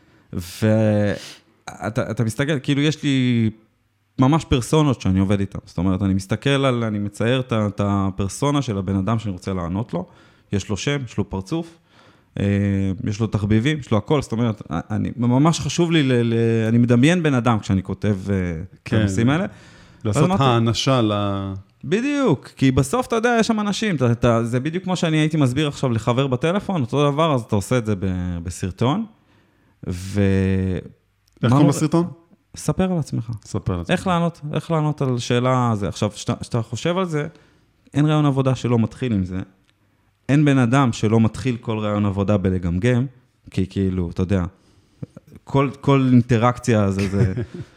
ואתה אתה מסתכל, כאילו יש לי ממש פרסונות שאני עובד איתן, זאת אומרת, אני מסתכל על, אני מצייר את הפרסונה של הבן אדם שאני רוצה לענות לו, יש לו שם, יש לו פרצוף, יש לו תחביבים, יש לו הכל, זאת אומרת, אני, ממש חשוב לי, ל, ל, אני מדמיין בן אדם כשאני כותב כן. את הנושאים האלה. לעשות האנשה ל... בדיוק, כי בסוף אתה יודע, יש שם אנשים, אתה, אתה, זה בדיוק כמו שאני הייתי מסביר עכשיו לחבר בטלפון, אותו דבר, אז אתה עושה את זה ב, בסרטון, ו... איך קוראים בסרטון? ספר על עצמך. ספר על עצמך. איך לענות, איך לענות על שאלה הזה. עכשיו, שאתה חושב על זה, אין רעיון עבודה שלא מתחיל עם זה, אין בן אדם שלא מתחיל כל רעיון עבודה בלגמגם, כי כאילו, אתה יודע, כל, כל אינטראקציה זה, זה,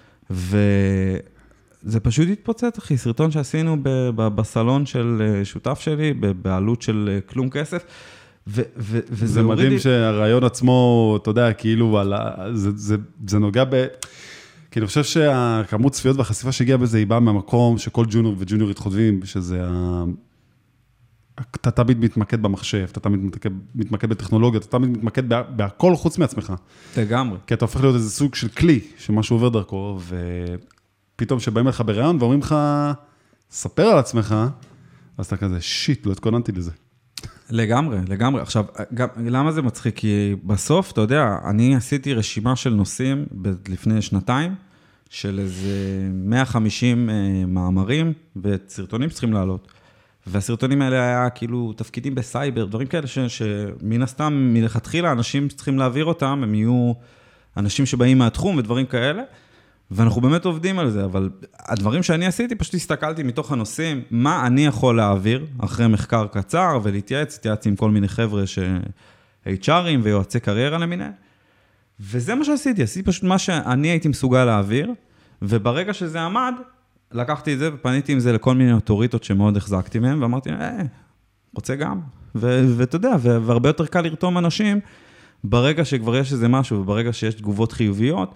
וזה פשוט התפוצץ, אחי, סרטון שעשינו ב, ב, בסלון של שותף שלי, בעלות של כלום כסף, ו, ו, וזה זה מדהים לי... שהרעיון עצמו, אתה יודע, כאילו, על, זה, זה, זה נוגע ב... כי אני חושב שהכמות צפיות והחשיפה שהגיעה בזה, היא באה מהמקום שכל ג'וניור וג'וניורית חודבים, שזה ה... אתה תמיד מתמקד במחשב, אתה תמיד מתמקד, מתמקד בטכנולוגיה, אתה תמיד מתמקד בה, בהכל חוץ מעצמך. לגמרי. כי אתה הופך להיות איזה סוג של כלי, שמשהו עובר דרכו, ופתאום שבאים לך ברעיון ואומרים לך, ספר על עצמך, אז אתה כזה, שיט, לא התכוננתי לזה. לגמרי, לגמרי. עכשיו, גם, למה זה מצחיק? כי בסוף, אתה יודע, אני עשיתי רשימה של נושאים לפני שנתיים, של איזה מאה וחמישים מאמרים וסרטונים שצריכים לעלות. והסרטונים האלה היה כאילו תפקידים בסייבר, דברים כאלה ש, שמן הסתם מלכתחילה אנשים שצריכים להעביר אותם, הם יהיו אנשים שבאים מהתחום ודברים כאלה, ואנחנו באמת עובדים על זה, אבל הדברים שאני עשיתי, פשוט הסתכלתי מתוך הנושאים, מה אני יכול להעביר אחרי מחקר קצר, ולהתייעץ, התייעצתי עם כל מיני חבר'ה ש-אייץ' ארים ויועצי קריירה למיניהם, וזה מה שעשיתי, עשיתי פשוט מה שאני הייתי מסוגל להעביר, וברגע שזה עמד, לקחתי את זה ופניתי עם זה לכל מיני אוטוריטות שמאוד החזקתי מהם, ואמרתי, אה, רוצה גם. ואתה יודע, והרבה יותר קל לרתום אנשים, ברגע שכבר יש איזה משהו, וברגע שיש תגובות חיוביות,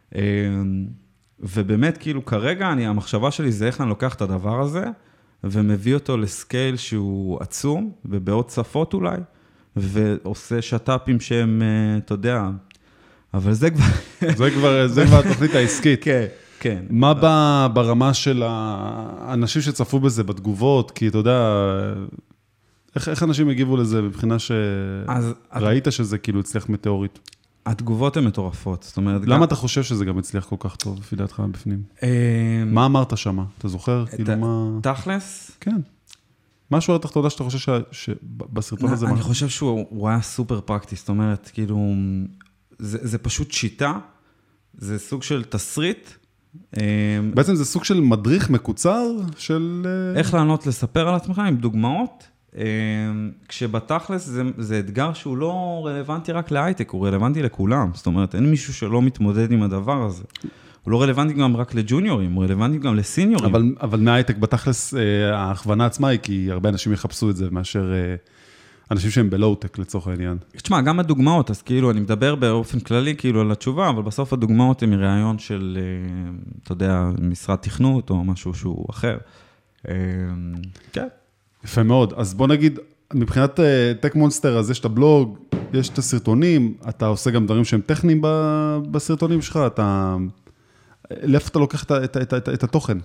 ובאמת, כאילו, כרגע, אני, המחשבה שלי זה איך אני לוקח את הדבר הזה, ומביא אותו לסקייל שהוא עצום, ובעוד שפות אולי, ועושה שטאפים שהם, אתה יודע, אבל זה כבר... זה כבר, זה כבר התוכנית העסקית. כן. כן. מה ברמה של האנשים שצפו בזה בתגובות? כי אתה יודע, איך, איך אנשים הגיבו לזה מבחינה שראית שזה כאילו הצליח מטאורית? התגובות הן מטורפות, זאת אומרת... למה אתה חושב שזה גם הצליח כל כך טוב, לפי דעתך בפנים? מה אמרת שמה? אתה זוכר? כאילו מה... תכלס? כן. משהו על התחתונה שאתה חושב שבסרטון הזה... אני חושב שהוא היה סופר פרקטי, זאת אומרת, כאילו, זה פשוט שיטה, זה סוג של תסריט, בעצם זה סוג של מדריך מקוצר של... איך לענות לספר על עצמך עם דוגמאות, כשבתכלס זה, זה אתגר שהוא לא רלוונטי רק להייטק, הוא רלוונטי לכולם. זאת אומרת, אין מישהו שלא מתמודד עם הדבר הזה. הוא לא רלוונטי גם רק לג'וניורים, הוא רלוונטי גם לסיניורים. אבל, אבל מהייטק בתכלס, ההכוונה עצמה היא כי הרבה אנשים יחפשו את זה, מאשר אנשים שהם בלואו-טק לצורך העניין. תשמע, גם הדוגמאות, אז כאילו, אני מדבר באופן כללי כאילו על התשובה, אבל בסוף הדוגמאות הן מראיון של, אתה יודע, משרד תכנות או משהו שהוא אחר. כן. יפה מאוד. אז בוא נגיד, מבחינת טק מונסטר, אז יש את הבלוג, יש את הסרטונים, אתה עושה גם דברים שהם טכניים בסרטונים שלך, אתה... לאיפה אתה לוקח את, את, את, את, את התוכן?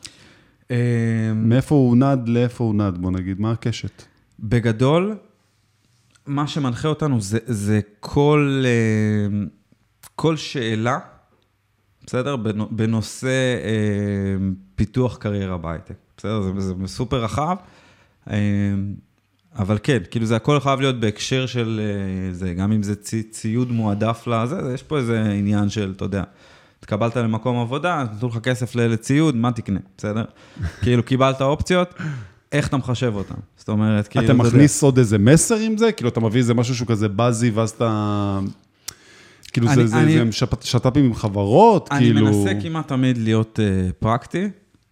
מאיפה הוא נד, לאיפה הוא נד, בוא נגיד, מה הקשת? בגדול, מה שמנחה אותנו זה, זה כל, כל שאלה, בסדר? בנושא פיתוח קריירה בהייטק. בסדר? זה, זה סופר רחב, אבל כן, כאילו זה הכל חייב להיות בהקשר של זה, גם אם זה צי, ציוד מועדף לזה, יש פה איזה עניין של, אתה יודע, התקבלת למקום עבודה, נתנו לך כסף לציוד, מה תקנה, בסדר? כאילו, קיבלת אופציות, איך אתה מחשב אותם? זאת אומרת, כאילו... אתה מכניס עוד איזה מסר עם זה? כאילו, אתה מביא איזה משהו שהוא כזה בזי, ואז אתה... כאילו, זה שטאפים עם חברות, כאילו... אני מנסה כמעט תמיד להיות פרקטי,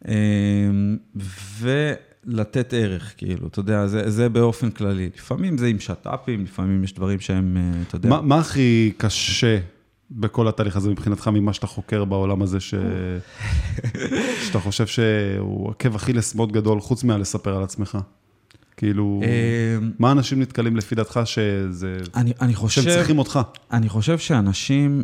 ולתת ערך, כאילו, אתה יודע, זה באופן כללי. לפעמים זה עם שטאפים, לפעמים יש דברים שהם, אתה יודע... מה הכי קשה בכל התהליך הזה מבחינתך, ממה שאתה חוקר בעולם הזה, שאתה חושב שהוא עקב אכילס מאוד גדול, חוץ מהלספר על עצמך? כאילו, מה אנשים נתקלים לפי דעתך שזה... אני חושב... שהם צריכים אותך? אני חושב שאנשים,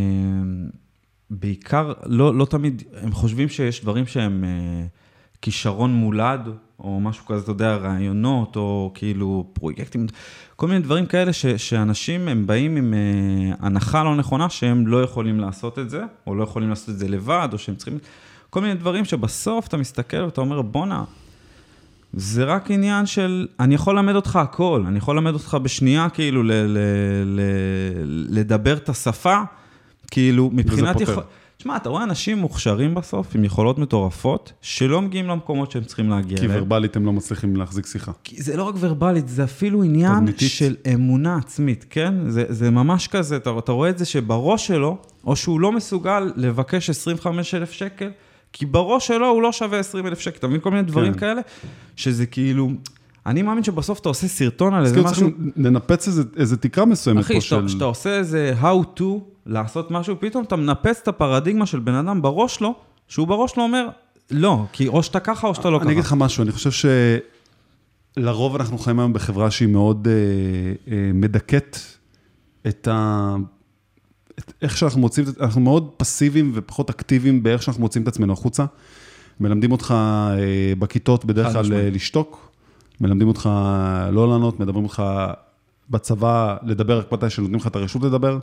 בעיקר, לא תמיד, הם חושבים שיש דברים שהם כישרון מולד, או משהו כזה, אתה יודע, רעיונות, או כאילו פרויקטים, כל מיני דברים כאלה שאנשים הם באים עם הנחה לא נכונה, שהם לא יכולים לעשות את זה, או לא יכולים לעשות את זה לבד, או שהם צריכים... כל מיני דברים שבסוף אתה מסתכל ואתה אומר, בונה, זה רק עניין של, אני יכול ללמד אותך הכל, אני יכול ללמד אותך בשנייה, כאילו, ל- ל- ל- לדבר את השפה, כאילו, מבחינת... יכול... תשמע, אתה רואה אנשים מוכשרים בסוף, עם יכולות מטורפות, שלא מגיעים למקומות שהם צריכים להגיע כי אליהם. ורבלית הם לא מצליחים להחזיק שיחה. כי זה לא רק ורבלית, זה אפילו עניין תדמיתית. של אמונה עצמית, כן? זה, זה ממש כזה, אתה, אתה רואה את זה שבראש שלו, או שהוא לא מסוגל לבקש עשרים וחמישה אלף שקל, כי בראש שלו הוא לא שווה עשרים אלף שקל. אתה מבין כל מיני דברים כן. כאלה, שזה כאילו... אני מאמין שבסוף אתה עושה סרטון על איזה משהו... אז כאילו צריכים לנפץ איזה, איזה תקרה מסוימת אחי, פה שאתה, של... שאתה עושה איזה how to לעשות משהו, פתאום אתה מנפץ את הפרדיגמה של בן אדם בראש לו, שהוא בראש לו אומר, לא, כי או שאתה ככה או שאתה לא ככה. אני אגיד לך משהו, אני חושב שלרוב אנחנו חיים היום בחברה שהיא מאוד אה, אה, מדכאת את ה... את איך שאנחנו מוצאים, אנחנו מאוד פסיביים ופחות אקטיביים באיך שאנחנו מוצאים את עצמנו החוצה. מלמדים אותך אה, בכיתות בדרך כלל לשתוק, מלמדים אותך לא לענות, מדברים אותך בצבא לדבר רק מתי שנותנים לך את הרשות לדבר,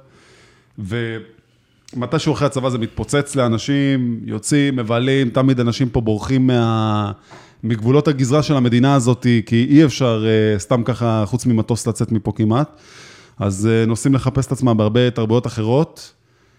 ומתי שהוא אחרי הצבא זה מתפוצץ לאנשים, יוצאים, מבלים, תמיד אנשים פה בורחים מה... מגבולות הגזרה של המדינה הזאת, כי אי אפשר סתם ככה חוץ ממטוס לצאת מפה כמעט, אז נוסעים לחפש את עצמם בהרבה תרבויות אחרות,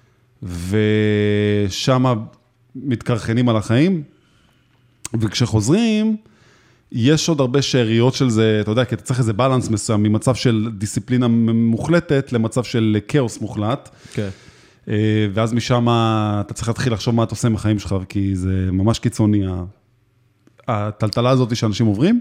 ושם מתקרחנים על החיים, וכשחוזרים, יש עוד הרבה שאריות של זה, אתה יודע, כי אתה צריך איזה בלנס מסוים, ממצב של דיסציפלינה מוחלטת, למצב של כאוס מוחלט. כן. ואז משם אתה צריך להתחיל לחשוב מה אתה עושה עם החיים שלך, כי זה ממש קיצוני, הטלטלה הזאת שאנשים עוברים.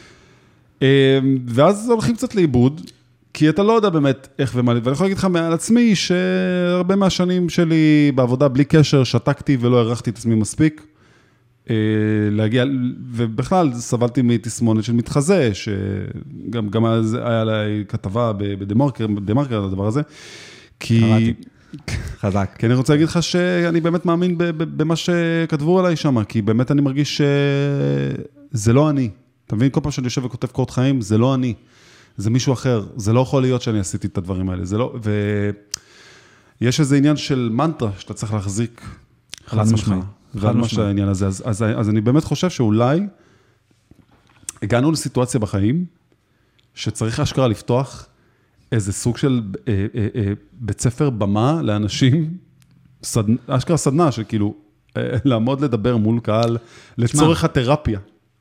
ואז הולכים קצת לאיבוד, כי אתה לא יודע באמת איך ומה, ואני יכול להגיד לך מעל עצמי, שהרבה מהשנים שלי בעבודה בלי קשר, שתקתי ולא ערכתי את עצמי מספיק, להגיע, ובכלל סבלתי מתסמונת של מתחזה, שגם גם היה לה כתבה בדמרקר, בדמרקר על הדבר הזה, כי... חזק. כי אני רוצה להגיד לך שאני באמת מאמין במה שכתבו עליי שם, כי באמת אני מרגיש שזה לא אני. אתה מבין? כל פעם שאני יושב וכותב קורות חיים, זה לא אני. זה מישהו אחר. זה לא יכול להיות שאני עשיתי את הדברים האלה. זה לא... ויש איזה עניין של מנטרה שאתה צריך להחזיק על עצמך. ועל מה שהעניין הזה. אז, אז, אז אני באמת חושב שאולי הגענו לסיטואציה בחיים שצריך אשכרה לפתוח איזה סוג של אה, אה, אה, בית ספר במה לאנשים, סד, אשכרה סדנה של כאילו אה, לעמוד לדבר מול קהל לצורך התרפיה.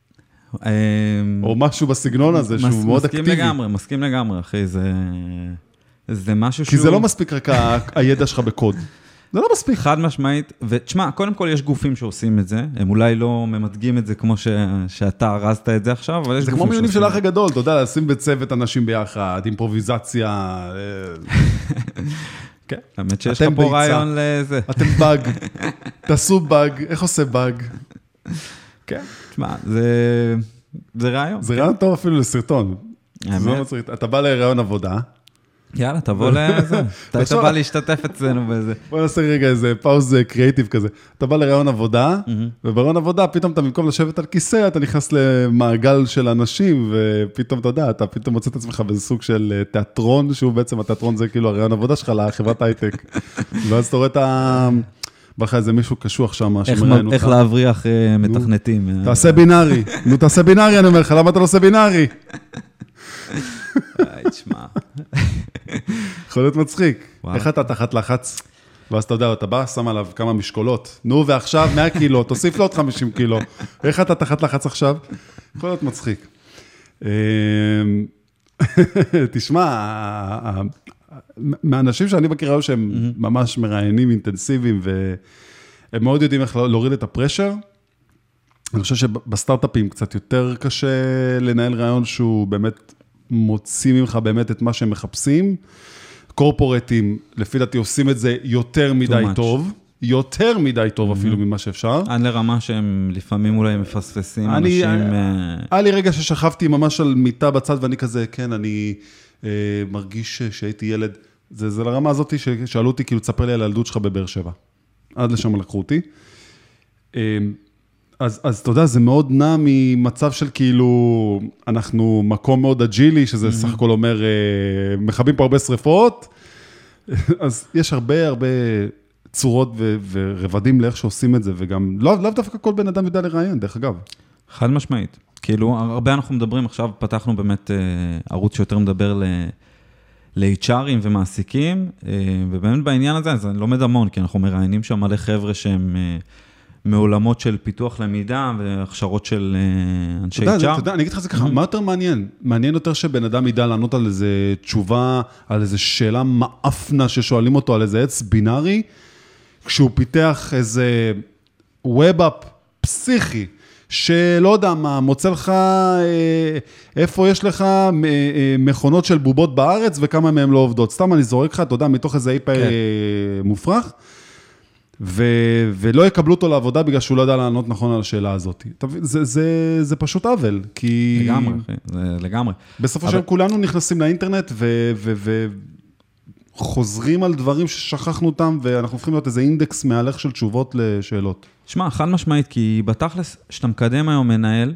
או משהו בסגנון הזה שהוא מס, מאוד מסכים אקטיבי. מסכים לגמרי, מסכים לגמרי, אחי, זה, זה משהו כי שהוא... כי זה לא מספיק רק הידע שלך בקוד. זה לא מספיק. חד משמעית, ותשמע, קודם כל יש גופים שעושים את זה, הם אולי לא ממדגים את זה כמו ש... שאתה הרזת את זה עכשיו, אבל יש זה גופים כמו מיונים של שעושים האח הגדול, אתה יודע, לשים בצוות אנשים ביחד, אימפרוביזציה. כן, האמת שיש לך פה רעיון לזה. אתם באג, תעשו באג, איך עושה באג? כן, תשמע, זה... זה רעיון. זה רעיון טוב אפילו לסרטון. אתה בא לרעיון עבודה, יאללה, תבוא לזה. אתה בא להשתתף אצלנו בזה. בוא נעשה רגע איזה פאוז קריאיטיב כזה. אתה בא לרעיון עבודה, וברעיון עבודה, פתאום אתה במקום לשבת על כיסא, אתה נכנס למעגל של אנשים, ופתאום אתה יודע, אתה פתאום מוצא את עצמך באיזה סוג של תיאטרון, שהוא בעצם התיאטרון זה כאילו הרעיון עבודה שלך לחברת הייטק. ואז אתה רואה את ה... בך איזה מישהו קשוח שם, שמראיין אותך. איך להבריח מתכנתים. תעשה בינארי. נו, תעשה בינארי, אני אומר לך, למה אתה לא עושה בינארי? תשמע. יכול להיות מצחיק. איך אתה תחת לחץ? ואז אתה יודע, אתה בא, שם עליו כמה משקולות. נו, ועכשיו מאה קילו, תוסיף לו עוד חמישים קילו. איך אתה תחת לחץ עכשיו? יכול להיות מצחיק. תשמע, מהאנשים שאני מכיר היו שהם ממש מראיינים אינטנסיביים, והם מאוד יודעים איך להוריד את הפרשר. אני חושב שבסטארט-אפים קצת יותר קשה לנהל רעיון שהוא באמת מוציא ממך באמת את מה שהם מחפשים. קורפורטים, לפי דעתי, עושים את זה יותר מדי טוב. יותר מדי טוב אפילו ממה שאפשר. עד לרמה שהם לפעמים אולי מפספסים אנשים... היה לי רגע ששכבתי ממש על מיטה בצד, ואני כזה, כן, אני מרגיש שהייתי ילד. זה לרמה הזאת ששאלו אותי, כאילו, תספר לי על הילדות שלך בבאר שבע. עד לשם לקחו אותי. אז, אז אתה יודע, זה מאוד נע ממצב של כאילו, אנחנו מקום מאוד אג'ילי, שזה סך הכל אומר, מכבים פה הרבה שריפות, אז יש הרבה הרבה צורות ו- ורבדים לאיך שעושים את זה, וגם, לא, לא דווקא כל בן אדם יודע לראיין, דרך אגב. חד משמעית. כאילו, הרבה אנחנו מדברים, עכשיו פתחנו באמת ערוץ שיותר מדבר ל... ל-אייץ' ארים ומעסיקים, ובאמת בעניין הזה, אז אני לומד המון, כי אנחנו מראיינים שם מלא חבר'ה שהם מעולמות של פיתוח למידה, והכשרות של אנשי אייץ' אר. אתה יודע, אני אגיד לך זה ככה, מה יותר מעניין? מעניין יותר שבן אדם ידע לענות על איזה תשובה, על איזה שאלה מאפנה ששואלים אותו, על איזה עץ בינארי, כשהוא פיתח איזה ווב-אפ פסיכי, שלא יודע מה, מוצא לך, איפה יש לך מכונות של בובות בארץ, וכמה מהם לא עובדות. סתם אני זורק לך, אתה יודע, מתוך איזה איפה מופרח, ולא יקבלו אותו לעבודה, בגלל שהוא לא יודע לענות נכון על השאלה הזאת. זה פשוט עוול, כי... לגמרי, לגמרי. בסופו של כולנו נכנסים לאינטרנט, וחוזרים על דברים ששכחנו אותם, ואנחנו הופכים להיות איזה אינדקס מהלך של תשובות לשאלות. שמע, חד משמעית, כי בתכלס, שאתה מקדם היום מנהל,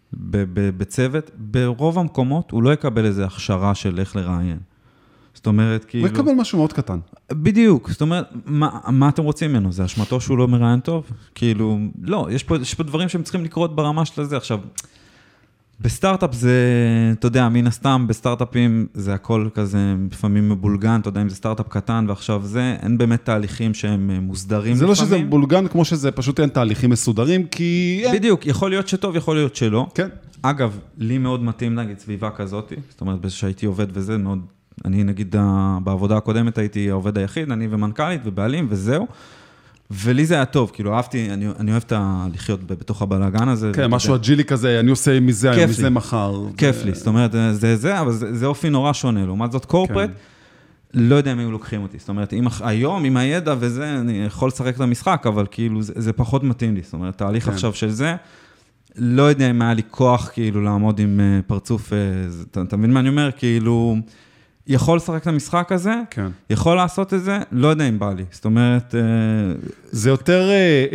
בצוות, ברוב המקומות, הוא לא יקבל איזו הכשרה של איך לראיין. זאת אומרת, כאילו... הוא יקבל משהו מאוד קטן. בדיוק, זאת אומרת, מה, מה אתם רוצים ממנו? זה אשמתו שהוא לא מראיין טוב? כאילו, לא, יש פה, יש פה דברים שהם צריכים לקרות ברמה של זה. עכשיו, בסטארט-אפ זה, אתה יודע, מן הסתם, בסטארט-אפים זה הכל כזה, לפעמים מבולגן, אתה יודע, אם זה סטארט-אפ קטן, ועכשיו זה, אין באמת תהליכים שהם מוסדרים זה לפעמים. לא שזה מבולגן, כמו שזה פשוט אין תהליכים מסודרים, כי... בדיוק, יכול להיות שטוב, יכול להיות שלא. כן. אגב, לי מאוד מתאים, נגיד, סביבה כזאת, זאת אומרת, שהייתי עובד וזה, מאוד, אני נגיד, בעבודה הקודמת הייתי העובד היחיד, אני ומנכ"לית ובעלים וזהו, ולי זה היה טוב, כאילו אהבתי, אני, אני אוהב את לחיות בתוך הבלגן הזה. כן, משהו אג'ילי כזה, אני עושה מזה, היום, מזה מחר. כיף לי, זאת אומרת, זה זה, אבל זה, זה אופי נורא שונה, לעומת זאת קורפרט, לא יודע אם היו לוקחים אותי, זאת אומרת, אם, היום, עם הידע וזה, אני יכול לשחק את המשחק, אבל כאילו, זה, זה פחות מתאים לי, זאת אומרת, תהליך עכשיו של זה, לא יודע אם היה לי כוח, כאילו, לעמוד עם פרצוף, אתה, אתה מבין מה אני אומר? כאילו, יכול לשחק את המשחק הזה, כן. יכול לעשות את זה, לא יודע אם בא לי. זאת אומרת... זה יותר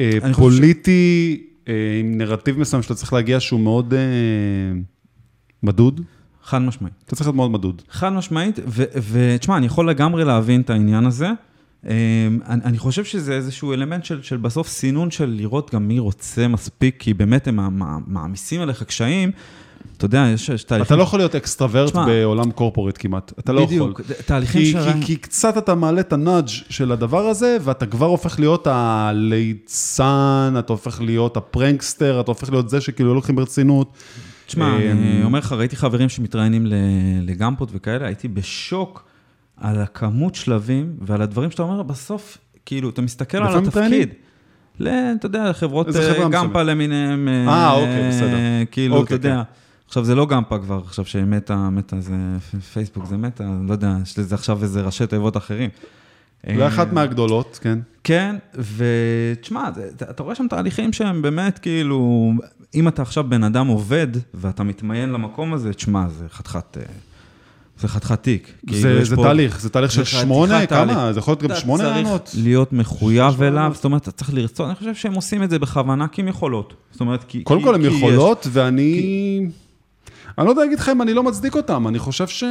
פוליטי, עם נרטיב מסוים שאתה צריך להגיע שהוא מאוד מדוד. חד משמעית. אתה צריך להיות מאוד מדוד. חד משמעית, ותשמע, אני יכול לגמרי להבין את העניין הזה. אני חושב שזה איזשהו אלמנט של, של בסוף סינון של לראות גם מי רוצה מספיק, כי באמת הם מעמיסים עליך קשיים, אתה יודע, יש תהליכים... אתה לא יכול להיות אקסטרוורט בעולם קורפורט כמעט. אתה לא יכול. בדיוק, תהליכים שראה... כי קצת אתה מעלה את הנאג' של הדבר הזה, ואתה כבר הופך להיות הליצן, אתה הופך להיות הפרנקסטר, אתה הופך להיות זה שכאילו לא לוקחים ברצינות. תשמע, אני אומר לך, ראיתי חברים שמתראיינים לגמפות וכאלה, הייתי בשוק על הכמות שלבים, ועל הדברים שאתה אומר, בסוף, כאילו, אתה מסתכל על התפקיד. אתה יודע, חברות גמפה למיניהם... אה, אוקיי, בסדר. כאילו, אתה יודע... עכשיו זה לא גמפה כבר, עכשיו שמטה, מטה זה פייסבוק, זה מטה, לא יודע, יש לזה עכשיו איזה ראשי תיבות אחרים. זה אחת מהגדולות, כן. כן, ותשמע, אתה רואה שם תהליכים שהם באמת כאילו, אם אתה עכשיו בן אדם עובד, ואתה מתמיין למקום הזה, תשמע, זה חתיכת, זה חתיכת תיק. זה תהליך, זה תהליך של שמונה, כמה? זה יכול להיות גם שמונה רעיונות. אתה צריך להיות מחויב אליו, זאת אומרת, אתה צריך לרצות, אני חושב שהם עושים את זה בכוונה, כי הם יכולות. זאת אומרת, כי... קודם כל הם יכולות, ואני... אני לא יודע להגיד לכם, אני לא מצדיק אותם, אני חושב ש...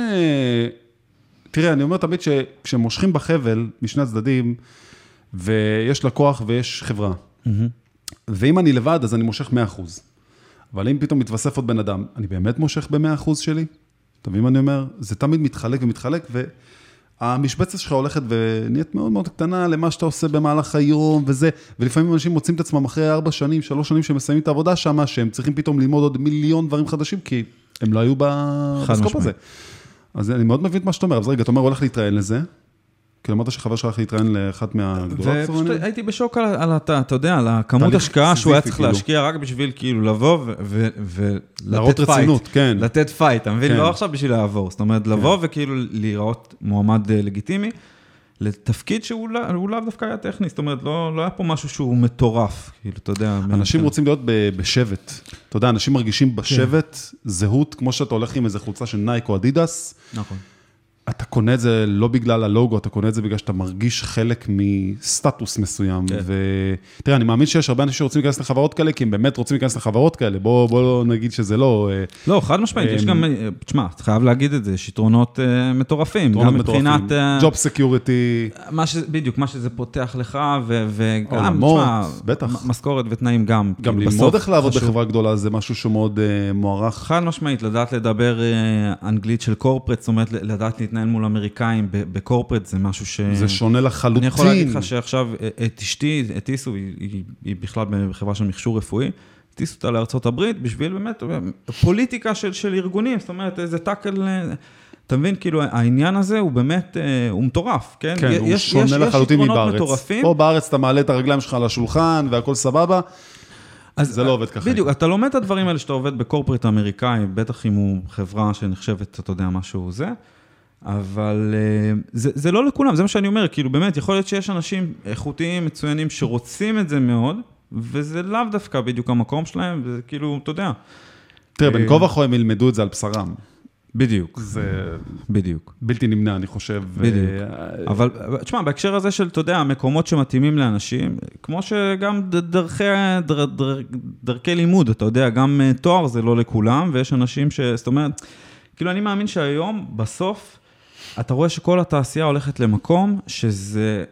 תראה, אני אומר תמיד שכשמושכים בחבל משני הצדדים, ויש לקוח ויש חברה, ואם אני לבד, אז אני מושך מאה אחוז. אבל אם פתאום מתווסף עוד בן אדם, אני באמת מושך ב-מאה אחוז שלי? אתה מבין מה אני אומר? זה תמיד מתחלק ומתחלק, המשבצת שלך הולכת ונהיית מאוד מאוד קטנה למה שאתה עושה במהלך היום וזה, ולפעמים אנשים מוצאים את עצמם אחרי ארבע שנים, שלוש שנים שמסיימים את העבודה שם, שהם צריכים פתאום ללמוד עוד מיליון דברים חדשים, כי הם לא היו בסקופ הזה. אז אני מאוד מבין את מה שאתה אומר, אז רגע, אתה אומר, הולך להתראיין לזה, כי אמרת שחבר שלך להתראיין לאחת מהגדולות. ופשוט הייתי בשוק על, אתה יודע, על הכמות השקעה שהוא היה צריך להשקיע רק בשביל כאילו לבוא ולתת פייט. כן. לתת פייט, אתה מבין? לא עכשיו בשביל לעבור. זאת אומרת, לבוא וכאילו להיראות מועמד לגיטימי, לתפקיד שהוא לאו דווקא היה טכני. זאת אומרת, לא היה פה משהו שהוא מטורף. כאילו, אתה יודע. אנשים רוצים להיות בשבט. אתה יודע, אנשים מרגישים בשבט, זהות, כמו שאתה הולך עם איזה חולצה של נייק או אדידס. נכון. אתה קונה את זה לא בגלל הלוגו, אתה קונה את זה בגלל שאתה מרגיש חלק מסטטוס מסוים. ותראה, אני מאמין שיש הרבה אנשים שרוצים להיכנס לחברות כאלה, כי הם באמת רוצים להיכנס לחברות כאלה. בואו נגיד שזה לא... לא, חד משמעית, יש גם, תשמע, אתה חייב להגיד את זה, יש יתרונות מטורפים. גם מבחינת... ג'וב סקיוריטי. בדיוק, מה שזה פותח לך, וגם, תשמע, משכורת ותנאים גם. גם ללמוד איך לעבוד בחברה גדולה, זה משהו שמאוד מוערך. חד משמעית, לדעת לדבר אנגלית של קורפרט, זאת אומרת, לדעת להתנהל מול אמריקאים בקורפרט, זה משהו ש... זה שונה לחלוטין. אני יכול להגיד לך שעכשיו, את אשתי, את איסו, היא, היא בכלל בחברה של מכשור רפואי, טיסו אותה לארצות הברית, בשביל באמת, פוליטיקה של, של ארגונים, זאת אומרת, איזה טאקל, אתה מבין, כאילו, העניין הזה הוא באמת, הוא מטורף, כן? כן, הוא יש, שונה יש, לחלוטין יש מבארץ. מטורפים. פה בארץ אתה מעלה את הרגליים שלך על השולחן, והכל סבבה, אז זה לא עובד ככה. בדיוק, אתה לומד את הדברים האלה שאתה עובד בקורפרט אמריקאי, בטח אם הוא חברה שנחשבת, אתה יודע, משהו זה, אבל זה, זה לא לכולם, זה מה שאני אומר, כאילו באמת, יכול להיות שיש אנשים איכותיים, מצוינים, שרוצים את זה מאוד, וזה לאו דווקא בדיוק המקום שלהם, וזה כאילו, אתה יודע. תראה, בין כה וכה הם ילמדו את זה על בשרם. בדיוק. זה בדיוק. בלתי נמנע, אני חושב. בדיוק. אבל, תשמע, בהקשר הזה של, אתה יודע, המקומות שמתאימים לאנשים, כמו שגם דרכי, דר, דר, דרכי לימוד, אתה יודע, גם תואר זה לא לכולם, ויש אנשים ש... זאת אומרת, כאילו, אני מאמין שהיום, בסוף, אתה רואה שכל התעשייה הולכת למקום, שזה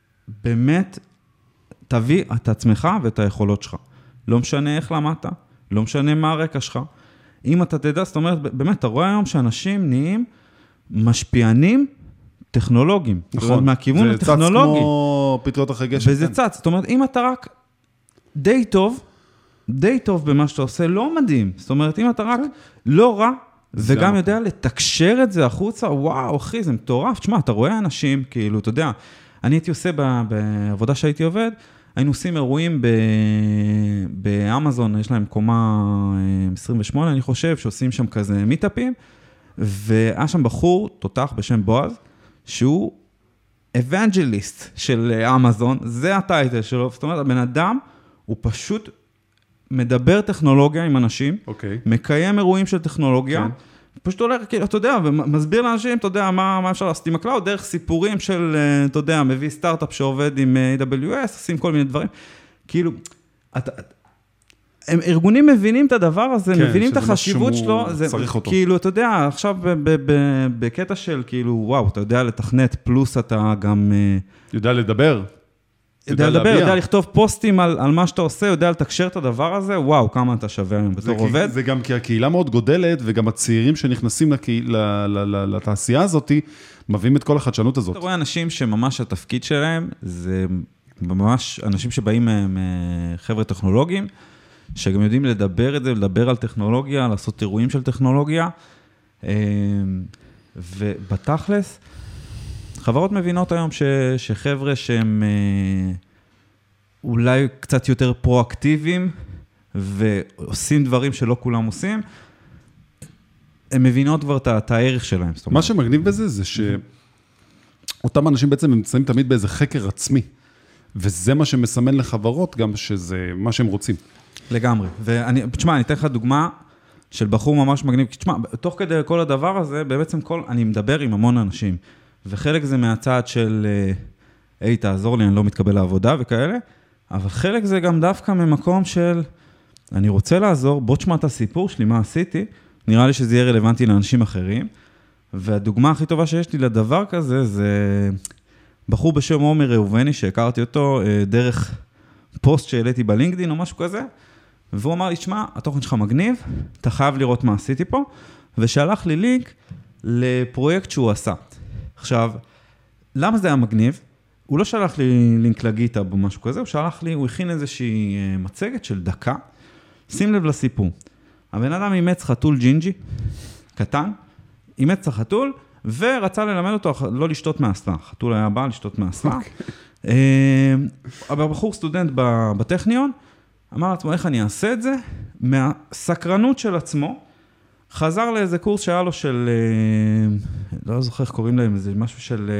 באמת, תביא את עצמך ואת היכולות שלך. לא משנה איך למדת, לא משנה מה הרקע שלך. אם אתה תדע, זאת אומרת, באמת, אתה רואה היום שאנשים נהיים משפיענים טכנולוגיים. נכון. מהכיוון הטכנולוגי. זה צץ כמו פטריות אחרי גשם. וזה צץ. זאת אומרת, אם אתה רק די טוב, די טוב במה שאתה עושה, לא מדהים. זאת אומרת, אם אתה רק לא רע, וגם יודע לתקשר את זה החוצה, וואו, אחי, זה מטורף. תשמע, אתה רואה אנשים, כאילו, אתה יודע, אני הייתי עושה בעבודה שהייתי עובד, היינו עושים אירועים באמזון, יש להם קומה עשרים ושמונה, אני חושב, שעושים שם כזה מיטאפים, והיה שם בחור, תותח בשם בועז, שהוא אבנג'ליסט של אמזון, זה הטייטל שלו, זאת אומרת, הבן אדם הוא פשוט מדבר טכנולוגיה עם אנשים, okay. מקיים אירועים של טכנולוגיה, okay. פשוט הולך, כאילו, אתה יודע, ומסביר לאנשים, אתה יודע, מה, מה אפשר לעשות עם הקלאוד, דרך סיפורים של, אתה יודע, מביא סטארט-אפ שעובד עם איי דאבליו אס, עושים כל מיני דברים, כאילו, אתה, הם ארגונים מבינים את הדבר הזה, כן, מבינים את החשיבות שלו, זה, כאילו, אתה יודע, עכשיו ב, ב, ב, בקטע של, כאילו, וואו, אתה יודע לתכנת, פלוס אתה גם... יודע לדבר. יודע לדבר, יודע לכתוב פוסטים על, על מה שאתה עושה, יודע לתקשר את הדבר הזה, וואו, כמה אתה שווה היום בתור עובד. זה גם כי הקהילה מאוד גודלת, וגם הצעירים שנכנסים לקהילה, לתעשייה הזאת, מביאים את כל החדשנות הזאת. אתה רואה אנשים שממש התפקיד שלהם, זה ממש אנשים שבאים מחבר'ה טכנולוגיים, שגם יודעים לדבר את זה, לדבר על טכנולוגיה, לעשות אירועים של טכנולוגיה, ובתכלס, חברות מבינות היום ש, שחבר'ה שהם אה, אולי קצת יותר פרואקטיביים, ועושים דברים שלא כולם עושים, הם מבינות כבר את הערך שלהם. מה שמגניב בזה זה שאותם אנשים בעצם נמצאים תמיד באיזה חקר עצמי, וזה מה שמסמן לחברות גם שזה מה שהם רוצים. לגמרי. ואני, תשמע, אני אתן לך דוגמה של בחור ממש מגניב, תשמע, תוך כדי כל הדבר הזה, בעצם כל, אני מדבר עם המון אנשים, וחלק זה מהצד של, היי, תעזור לי, אני לא מתקבל לעבודה וכאלה, אבל חלק זה גם דווקא ממקום של, אני רוצה לעזור, בוא תשמע את הסיפור שלי, מה עשיתי, נראה לי שזה יהיה רלוונטי לאנשים אחרים, והדוגמה הכי טובה שיש לי לדבר כזה, זה בחור בשם עומר ראובני, שהכרתי אותו דרך פוסט שהעליתי בלינקדין או משהו כזה, והוא אמר לי, תשמע, התוכן שלך מגניב, אתה חייב לראות מה עשיתי פה, ושלח לי לינק לפרויקט שהוא עשה. עכשיו, למה זה היה מגניב? הוא לא שלח לי לינק לגיטה או משהו כזה, הוא שלח לי, הוא הכין איזושהי מצגת של דקה, שים לב לסיפור. הבן אדם אימץ חתול ג'ינג'י, קטן, אימץ את החתול, ורצה ללמד אותו לא לשתות מהאסלה. החתול היה בא לשתות מהאסלה. הבחור סטודנט בטכניון, אמר לעצמו, איך אני אעשה את זה? מהסקרנות של עצמו, חזר לאיזה קורס שהיה לו של, לא זוכר איך קוראים להם, זה משהו של,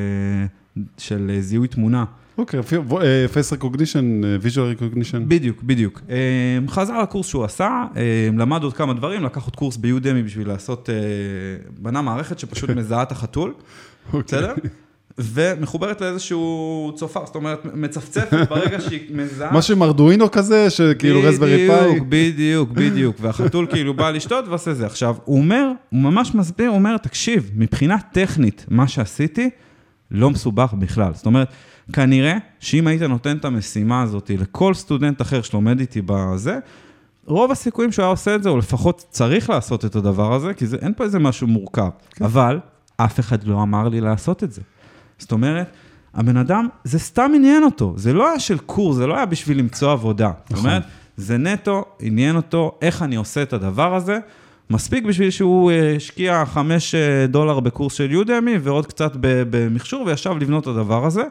של זיהוי תמונה. אוקיי, face recognition, visual recognition. בדיוק, בדיוק. חזר לקורס שהוא עשה, למד עוד כמה דברים, לקח עוד קורס ביודמי בשביל לעשות, בנה מערכת שפשוט מזהה את החתול, בסדר? ומחוברת לאיזשהו צופר, זאת אומרת, מצפצפת ברגע שהיא מזהה. משהו עם ארדואינו כזה, שכאילו רסברי פאי. בדיוק, בדיוק, בדיוק, והחתול כאילו בא לשתות ועושה זה. עכשיו, הוא אומר, הוא ממש מסביר, הוא אומר, תקשיב, מבחינה טכנית, מה שעשיתי, לא מסובך בכלל. זאת אומרת, כנראה שאם היית נותן את המשימה הזאת לכל סטודנט אחר שלומד איתי בזה, רוב הסיכויים שהוא היה עושה את זה, או לפחות צריך לעשות את הדבר הזה, כי זה, אין פה איזה משהו מורכב. אבל אף אחד לא אמר לי לעשות את זה. זאת אומרת, הבן אדם, זה סתם עניין אותו. זה לא היה של קורס, זה לא היה בשביל למצוא עבודה. זאת אומרת, זה נטו, עניין אותו, איך אני עושה את הדבר הזה. מספיק בשביל שהוא השקיע חמש דולר בקורס של יודמי, ועוד קצת במחשור, וישב לבנות את הדבר הזה.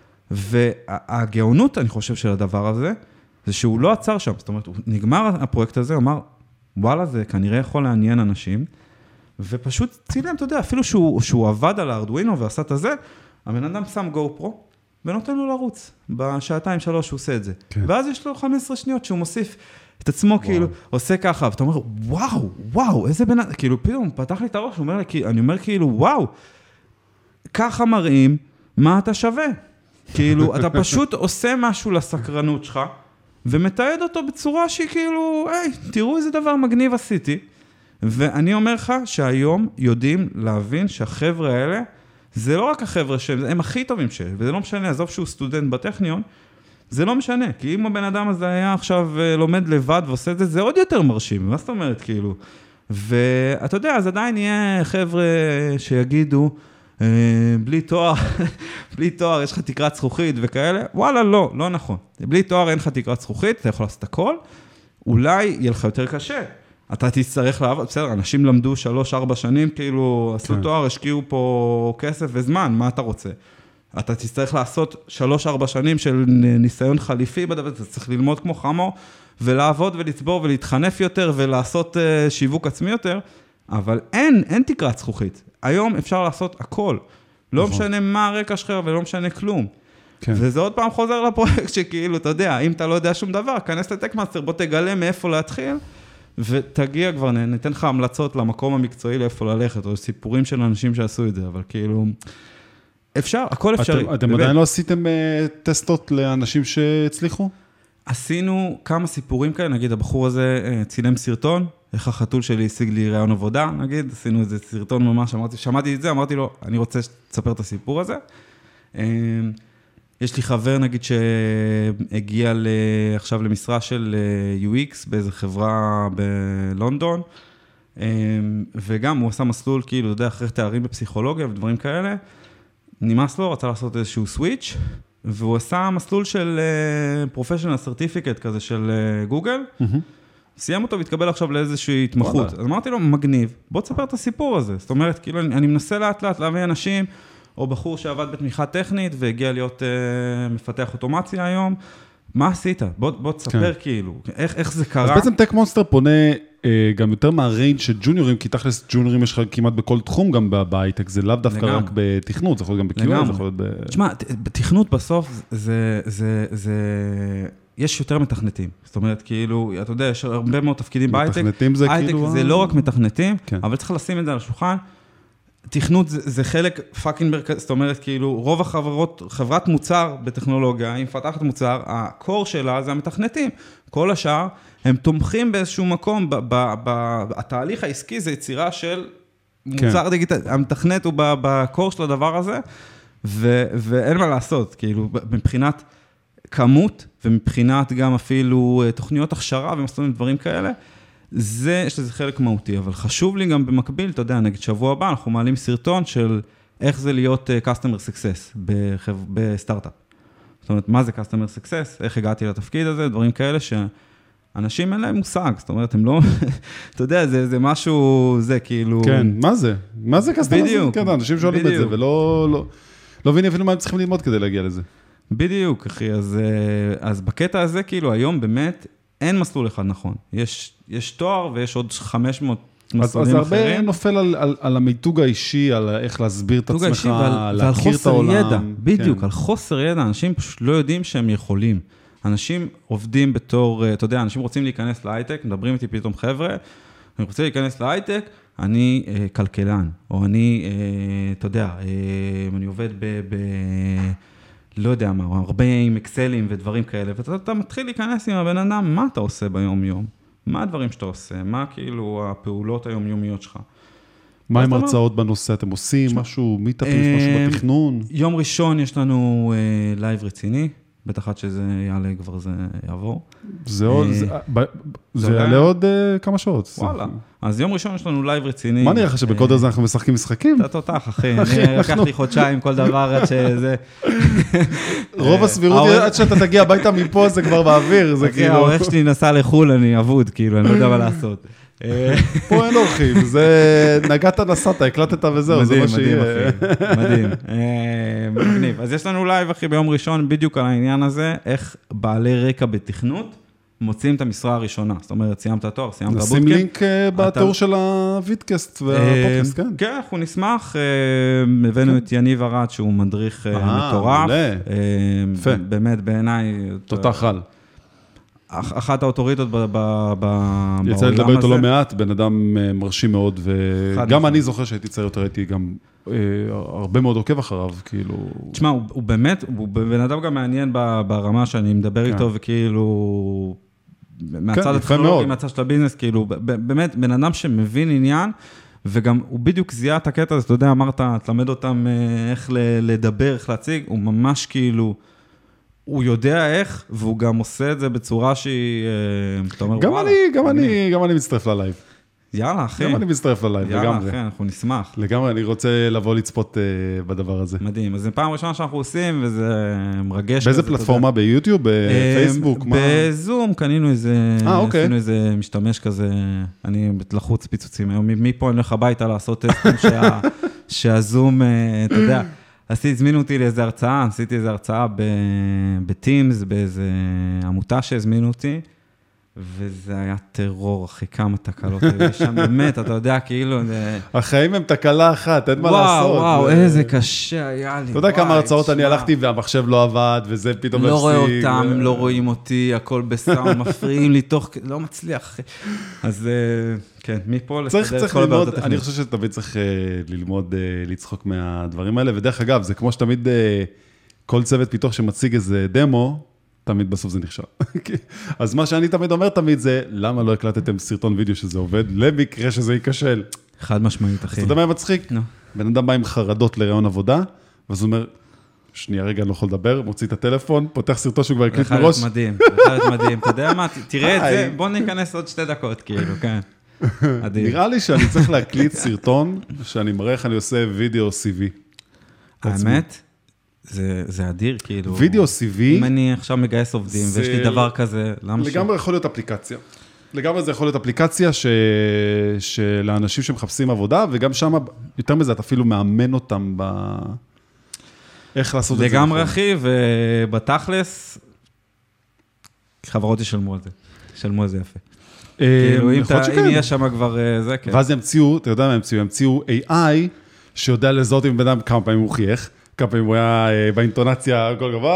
והגאונות, אני חושב, של הדבר הזה, זה שהוא לא עצר שם. זאת אומרת, הוא נגמר הפרויקט הזה, הוא אמר, וואלה, זה כנראה יכול לעניין אנשים, ופשוט צילם, אתה יודע, אפילו שהוא, שהוא עבד על הארדואינו ועשה את הזה, הבן אדם שם גו פרו, ונותן לו לרוץ, בשעתיים שלוש הוא עושה את זה. כן. ואז יש לו חמש עשרה שניות שהוא מוסיף את עצמו, וואו. כאילו, עושה ככה, ואתה אומר, וואו, וואו, איזה בן אדם, כאילו, פתאום פתח לי את הראש, אומר לי, אני אומר כאילו, וואו, ככה מראים מה אתה שווה. כאילו, אתה פשוט עושה משהו לסקרנות שלך, ומתעד אותו בצורה שהיא כאילו, היי, תראו איזה דבר מגניב עשיתי. ואני אומר לך שהיום יודעים להבין שהחבר'ה האלה, זה לא רק החבר'ה שהם הכי טובים שיש, וזה לא משנה, עזוב שהוא סטודנט בטכניון, זה לא משנה, כי אם הבן אדם הזה היה עכשיו לומד לבד ועושה את זה, זה עוד יותר מרשים, מה זאת אומרת כאילו? ואתה יודע, אז עדיין יהיה חבר'ה שיגידו, בלי תואר, בלי תואר יש לך תקרת זכוכית וכאלה, וואלה לא, לא נכון. בלי תואר אין לך תקרת זכוכית, אתה יכול לעשות הכל, אולי יהיה לך יותר קשה. אתה תצטרך לעבוד, בסדר, אנשים למדו שלוש, ארבע שנים, כאילו, עשו תואר, השקיעו פה כסף וזמן, מה אתה רוצה? אתה תצטרך לעשות שלוש, ארבע שנים של ניסיון חליפי, אתה צריך ללמוד כמו חמור, ולעבוד ולצבור ולהתחנף יותר, ולעשות שיווק עצמי יותר, אבל אין, אין תקרת זכוכית. היום אפשר לעשות הכל. לא משנה מה הרקע שלך ולא משנה כלום. וזה עוד פעם חוזר לפרויקט שכאילו, אתה יודע, אם אתה לא יודע שום דבר, כנס לטקמאסטר, בוא תגלה מאיפה להתחיל, ותגיע כבר, ניתן לך המלצות למקום המקצועי לאיפה ללכת, או סיפורים של אנשים שעשו את זה, אבל כאילו, אפשר, הכל אפשרי. אתם, אתם עדיין לא עשיתם uh, טסטות לאנשים שהצליחו? עשינו כמה סיפורים כאלה, נגיד, הבחור הזה uh, צילם סרטון, איך החתול שלי השיג לי רעיון עבודה, נגיד, עשינו איזה סרטון ממש, אמרתי, שמעתי את זה, אמרתי לו, אני רוצה שתספר את הסיפור הזה. Uh, יש לי חבר, נגיד, שהגיע עכשיו למשרה של יו אקס באיזו חברה בלונדון, וגם הוא עשה מסלול, כאילו, אתה יודע, אחרי תארים בפסיכולוגיה ודברים כאלה, נמאס לו, רצה לעשות איזשהו סוויץ', והוא עשה מסלול של Professional Certificate כזה של גוגל, סיים אותו והתקבל עכשיו לאיזושהי התמחות. אז אמרתי לו, מגניב, בוא תספר את הסיפור הזה. זאת אומרת, כאילו, אני מנסה לאט לאט להביא אנשים, או בחור שעבד בתמיכה טכנית, והגיע להיות uh, מפתח אוטומציה היום, מה עשית? בוא, בוא תספר כן. כאילו, איך, איך זה קרה? אז בעצם טק מונסטר פונה uh, גם יותר מהריינג' של ג'וניורים, כי תכלס ג'וניורים יש לך כמעט בכל תחום גם בהייטק, זה לאו דווקא רק בתכנות, זה יכול להיות גם בקיום, זה יכול להיות ב... תשמע, בתכנות בסוף זה, זה, זה, יש יותר מתכנתים, זאת אומרת, כאילו, אתה יודע, יש הרבה מאוד תפקידים בהייטק, מתכנתים זה הייטק כאילו... זה לא רק מתכנתים, כן. אבל צריך לשים את זה על השולחן, תכנות זה, זה חלק פאקינג מרכז, זאת אומרת, כאילו, רוב החברות, חברת מוצר בטכנולוגיה, היא מפתחת מוצר, הקור שלה זה המתכנתים. כל השאר, הם תומכים באיזשהו מקום, ב, ב, ב, התהליך העסקי זה יצירה של מוצר כן. דיגיטלי, המתכנת הוא בקור של הדבר הזה, ו, ואין מה לעשות, כאילו, מבחינת כמות, ומבחינת גם אפילו תוכניות הכשרה ומסלולים דברים כאלה, זה, יש לזה חלק מהותי, אבל חשוב לי גם במקביל, אתה יודע, נגיד שבוע הבא, אנחנו מעלים סרטון של איך זה להיות customer success בסטארט-אפ. זאת אומרת, מה זה customer success, איך הגעתי לתפקיד הזה, דברים כאלה שאנשים אין להם מושג, זאת אומרת, הם לא, אתה יודע, זה, זה משהו, זה כאילו... כן, מה זה? מה זה customer success? בדיוק. כן, אנשים שואלים את זה, ולא לא, לא מבינים אפילו מה הם צריכים ללמוד כדי להגיע לזה. בדיוק, אחי, אז, אז בקטע הזה, כאילו, היום באמת אין מסלול אחד נכון. יש, יש תואר ויש עוד חמש מאות מסלולים אז, אחרים. אז הרבה נופל על, על, על המיתוג האישי, על איך להסביר את עצמך, ועל, להכיר את העולם. ידע, בדיוק, כן. על חוסר ידע, אנשים פשוט לא יודעים שהם יכולים. אנשים עובדים בתור, אתה יודע, אנשים רוצים להיכנס להייטק, מדברים איתי פתאום חבר'ה, אני רוצה להיכנס להייטק, אני אה, כלכלן, או אני, אה, אתה יודע, אה, אני עובד ב... ב לא יודע מה, הרבה עם אקסלים ודברים כאלה, ואתה אתה מתחיל להיכנס עם הבן אדם, מה אתה עושה ביום יום? מה הדברים שאתה עושה? מה כאילו הפעולות היומיומיות שלך? מה עם הרצאות בנושא? אתם עושים משהו, מיטאפים, משהו בתכנון? יום ראשון יש לנו לייב רציני, בטח עד שזה יעלה כבר זה יעבור. זה עוד, זה יעלה עוד כמה שעות. וואלה. אז יום ראשון יש לנו לייב רציני. מה נראה לך שבקוד הזה אנחנו משחקים משחקים? אתה תותח, אחי. אני לקח לי חודשיים כל דבר עד שזה... רוב הסבירות, עד שאתה תגיע הביתה מפה זה כבר באוויר, זה כאילו... העורך שלי נסע לחול, אני אבוד, כאילו, אני לא יודע מה לעשות. פה אין אורחים, זה נגעת נסעת, הקלטת וזהו, זה מה שיהיה. מדהים, מדהים. מגניב. אז יש לנו לייב, אחי, ביום ראשון, בדיוק על העניין הזה, איך בעלי רקע בתכנות מוצאים את המשרה הראשונה. זאת אומרת, סיימת התואר, סיימת הבוטקאמפ. נשים לינק בתיאור של הווידקאסט והפודקאסט, כן. כן, אנחנו נשמח. הבאנו את יניב ארד, שהוא מדריך מטורף. באמת, בעיניי... תותח על. אחת האוטוריטות בעולם הזה. יצא לדבר איתו לא מעט, בן אדם מרשים מאוד, וגם אני זוכר שהייתי צעיר יותר, הייתי גם הרבה מאוד עוקב אחריו, כאילו... תשמע, הוא באמת, הוא בן אדם גם מעניין ברמה שאני מדבר איתו, וכאילו, מהצד הטכנולוגי, מהצד של הביזנס, כאילו, באמת, בן אדם שמבין עניין, וגם הוא בדיוק זיהה את הקטע הזה, אתה יודע, אמרת, תלמד אותם איך לדבר, איך להציג, הוא ממש כאילו... הוא יודע איך, והוא גם עושה את זה בצורה שהיא, אתה אומר, גם אני, גם אני, גם אני מצטרף ללייב. יאללה, אחי. גם אני מצטרף ללייב, לגמרי. יאללה, אחי, אנחנו נשמח. לגמרי, אני רוצה לבוא לצפות בדבר הזה. מדהים, אז זה פעם ראשונה שאנחנו עושים, וזה מרגש. באיזה פלטפורמה? ביוטיוב? בפייסבוק? בזום, קנינו איזה, אה, אוקיי. עשינו איזה משתמש כזה, אני לחוץ פיצוצים היום, מפה אני הולך הביתה לעשות טסטים שהזום, אתה יודע, עשיתי, הזמינו אותי לאיזו הרצאה, עשיתי איזו הרצאה בטימס, באיזו עמותה שהזמינו אותי, וזה היה טרור, אחי, כמה תקלות היו שם, באמת, אתה יודע, כאילו... החיים הם תקלה אחת, אין מה לעשות. וואו, וואו, איזה קשה היה לי. אתה יודע כמה הרצאות אני הלכתי והמחשב לא עבד, וזה פתאום הפסיק. לא רואה אותם, הם לא רואים אותי, הכל בסאונד, מפריעים לי תוך... לא מצליח, אחי. אז כן, מפה לסדר כל הבעיות הטכניות. אני חושב שתמיד צריך ללמוד לצחוק מהדברים האלה, ודרך אגב, זה כמו שתמיד כל צוות פיתוח שמציג איזה דמו, תמיד בסוף זה נכשל. אז מה שאני תמיד אומר תמיד זה, למה לא הקלטתם סרטון וידאו שזה עובד, למקרה שזה ייכשל. חד משמעית, אחי. אז אתה יודע מה מצחיק? בן אדם בא עם חרדות לרעיון עבודה, ואז הוא אומר, שנייה רגע, אני לא יכול לדבר, מוציא את הטלפון, פותח סרטון שהוא כבר הקליט מראש. זה מדהים, זה מדהים. אתה יודע מה, תראה את זה, בוא ניכנס עוד שתי דקות, כאילו, כן. נראה לי שאני צריך להקליט סרטון, שאני מראה איך אני עושה וידאו סי וי. האמת? זה, זה אדיר, כאילו... וידאו סי וי... אם אני עכשיו מגייס עובדים, ויש לי דבר כזה, למה ש... לגמרי יכול להיות אפליקציה. לגמרי זה יכול להיות אפליקציה ש... שלאנשים שמחפשים עבודה, וגם שם, יותר מזה, אתה אפילו מאמן אותם ב... איך לעשות את זה. לגמרי, אחי, ובתכלס, חברות ישלמו על זה. ישלמו על זה יפה. כאילו, אם יש שם כבר זה, כן. ואז ימציאו, אתה יודע מה ימציאו? ימציאו איי איי, שיודע לזהות עם בן אדם כמה פעמים הוא חייך, כמה פעמים הוא היה באינטונציה כל גבוה.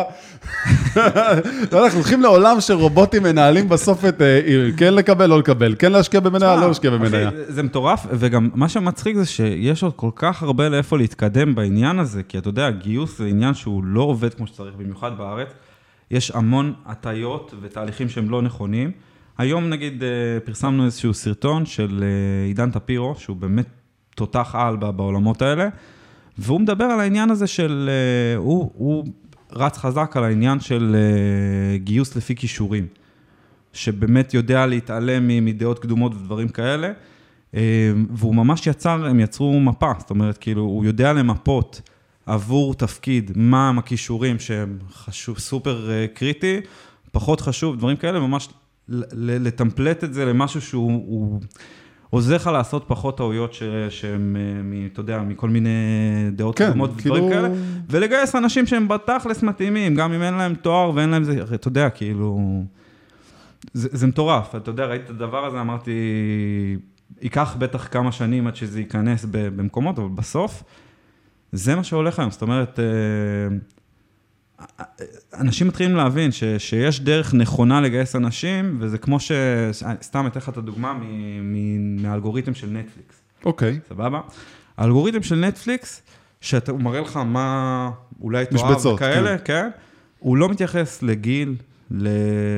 אנחנו הולכים לעולם שרובוטים מנהלים בסוף את כן לקבל, לא לקבל, כן להשקיע במניה, לא להשקיע במניה. זה מטורף, וגם מה שמצחיק זה שיש עוד כל כך הרבה לאיפה להתקדם בעניין הזה, כי אתה יודע, גיוס זה עניין שהוא לא עובד כמו שצריך, במיוחד בארץ. יש המון הטיות ותהליכים שהם לא נכונים. היום נגיד פרסמנו איזשהו סרטון של עידן טפירו, שהוא באמת תותח על בעולמות האלה, והוא מדבר על העניין הזה של, הוא, הוא רץ חזק על העניין של גיוס לפי כישורים, שבאמת יודע להתעלם מדעות קדומות ודברים כאלה, והוא ממש יצר, הם יצרו מפה, זאת אומרת, כאילו, הוא יודע למפות עבור תפקיד, מה הכישורים שהם חשוב, סופר קריטי, פחות חשוב, דברים כאלה, ממש לטמפלט את זה למשהו שהוא עוזר לך לעשות פחות טעויות שהם, אתה יודע, מכל מיני דעות קודמות ודברים כאלה, ולגייס אנשים שהם בתכלס מתאימים, גם אם אין להם תואר ואין להם זה, אתה יודע, כאילו, זה מטורף, אתה יודע, ראיתי את הדבר הזה, אמרתי, ייקח בטח כמה שנים עד שזה ייכנס במקומות, אבל בסוף, זה מה שהולך היום, זאת אומרת, אנשים מתחילים להבין ש, שיש דרך נכונה לגייס אנשים, וזה כמו ש... סתם אתן לך את הדוגמה מ, מהאלגוריתם של נטפליקס. אוקיי. סבבה? האלגוריתם של נטפליקס, שהוא מראה לך מה אולי תואר וכאלה, כן. כן? הוא לא מתייחס לגיל, ל,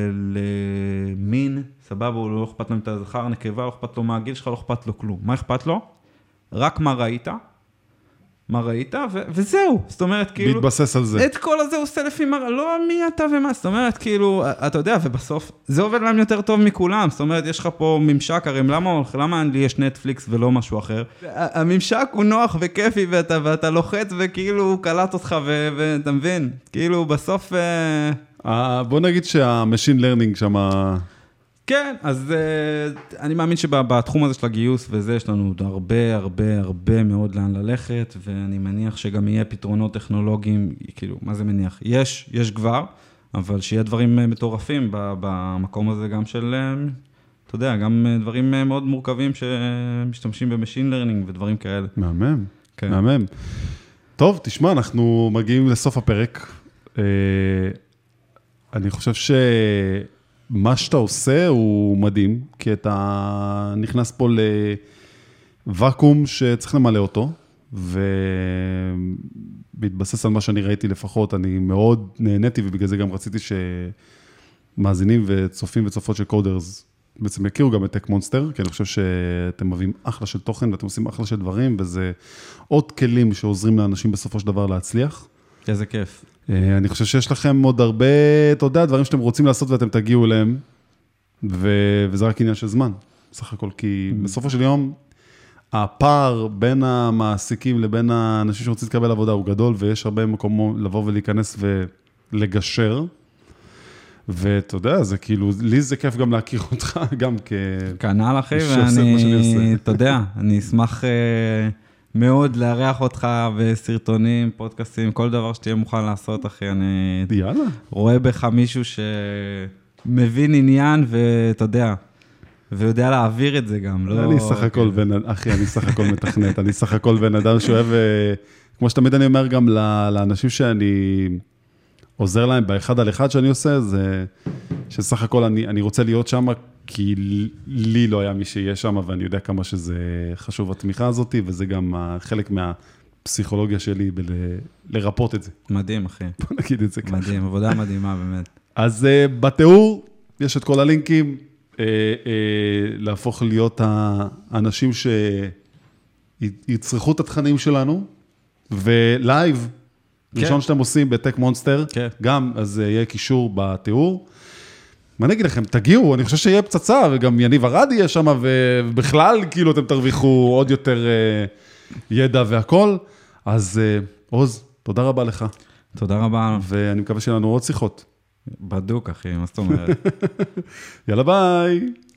למין, סבבה, הוא לא אכפת לו אם אתה זכר, נקבה, לא אכפת לו מה הגיל שלך, לא אכפת לו כלום. מה אכפת לו? רק מה ראית? מה ראית, ו- וזהו, זאת אומרת, כאילו... להתבסס על זה. את כל הזה הוא עושה לפי מה, לא מי אתה ומה, זאת אומרת, כאילו, אתה יודע, ובסוף, זה עובד להם יותר טוב מכולם, זאת אומרת, יש לך פה ממשק, הרי למה, למה לי יש נטפליקס ולא משהו אחר? הממשק הוא נוח וכיפי, ואתה, ואתה לוחץ, וכאילו, הוא קלט אותך, ו- ואתה מבין, כאילו, בסוף... בוא נגיד שהמשין לרנינג שם... כן, אז uh, אני מאמין שבתחום הזה של הגיוס וזה, יש לנו הרבה, הרבה, הרבה מאוד לאן ללכת, ואני מניח שגם יהיה פתרונות טכנולוגיים, כאילו, מה זה מניח? יש, יש כבר, אבל שיהיה דברים מטורפים במקום הזה גם של, אתה יודע, גם דברים מאוד מורכבים שמשתמשים במשין לרנינג ודברים כאלה. מהמם, כן. מהמם. טוב, תשמע, אנחנו מגיעים לסוף הפרק. אני חושב ש... מה שאתה עושה הוא מדהים, כי אתה נכנס פה לוואקום שצריך למלא אותו, ובהתבסס על מה שאני ראיתי לפחות, אני מאוד נהניתי, ובגלל זה גם רציתי שמאזינים וצופים וצופות של קודרס, בעצם יכירו גם את טק מונסטר, כי אני חושב שאתם מביאים אחלה של תוכן, ואתם עושים אחלה של דברים, וזה עוד כלים שעוזרים לאנשים בסופו של דבר להצליח. איזה כיף. אני חושב שיש לכם עוד הרבה, אתה יודע, דברים שאתם רוצים לעשות ואתם תגיעו אליהם, וזה רק עניין של זמן, בסך הכל, כי בסופו של יום, הפער בין המעסיקים לבין האנשים שרוצים לקבל עבודה הוא גדול, ויש הרבה מקום לבוא ולהיכנס ולגשר, ואתה יודע, זה כאילו, לי זה כיף גם להכיר אותך, גם כ... כנ"ל אחי, ואני, אתה יודע, אני אשמח... מאוד לארח אותך בסרטונים, פודקאסטים, כל דבר שתהיה מוכן לעשות, אחי. אני יאללה. רואה בך מישהו שמבין עניין, ואתה יודע, ויודע להעביר את זה גם. לא... אני סך הכל בן, אחי, אני סך הכל מתכנת, אני סך הכל בן אדם שאוהב, כמו שתמיד אני אומר גם לאנשים שאני עוזר להם באחד על אחד שאני עושה, זה שסך הכל אני, אני רוצה להיות שם, כי לי לא היה מי שיהיה שם, ואני יודע כמה שזה חשוב התמיכה הזאת, וזה גם חלק מהפסיכולוגיה שלי לרפות את זה. מדהים, אחי. בוא נגיד את זה ככה. מדהים, עבודה מדהימה, באמת. אז בתיאור, יש את כל הלינקים, להפוך להיות האנשים שיצרכו את התכנים שלנו, ולייב, ראשון שאתם עושים בטק מונסטר, גם, אז יהיה קישור בתיאור. מה נגיד לכם, תגיעו, אני חושב שיהיה פצצה, וגם יניב ארד יהיה שם, ובכלל, כאילו, אתם תרוויחו עוד יותר ידע והכל. אז עוז, תודה רבה לך. תודה רבה. ואני מקווה שיהיה לנו עוד שיחות. בדוק, אחי, מה זאת אומרת? יאללה, ביי.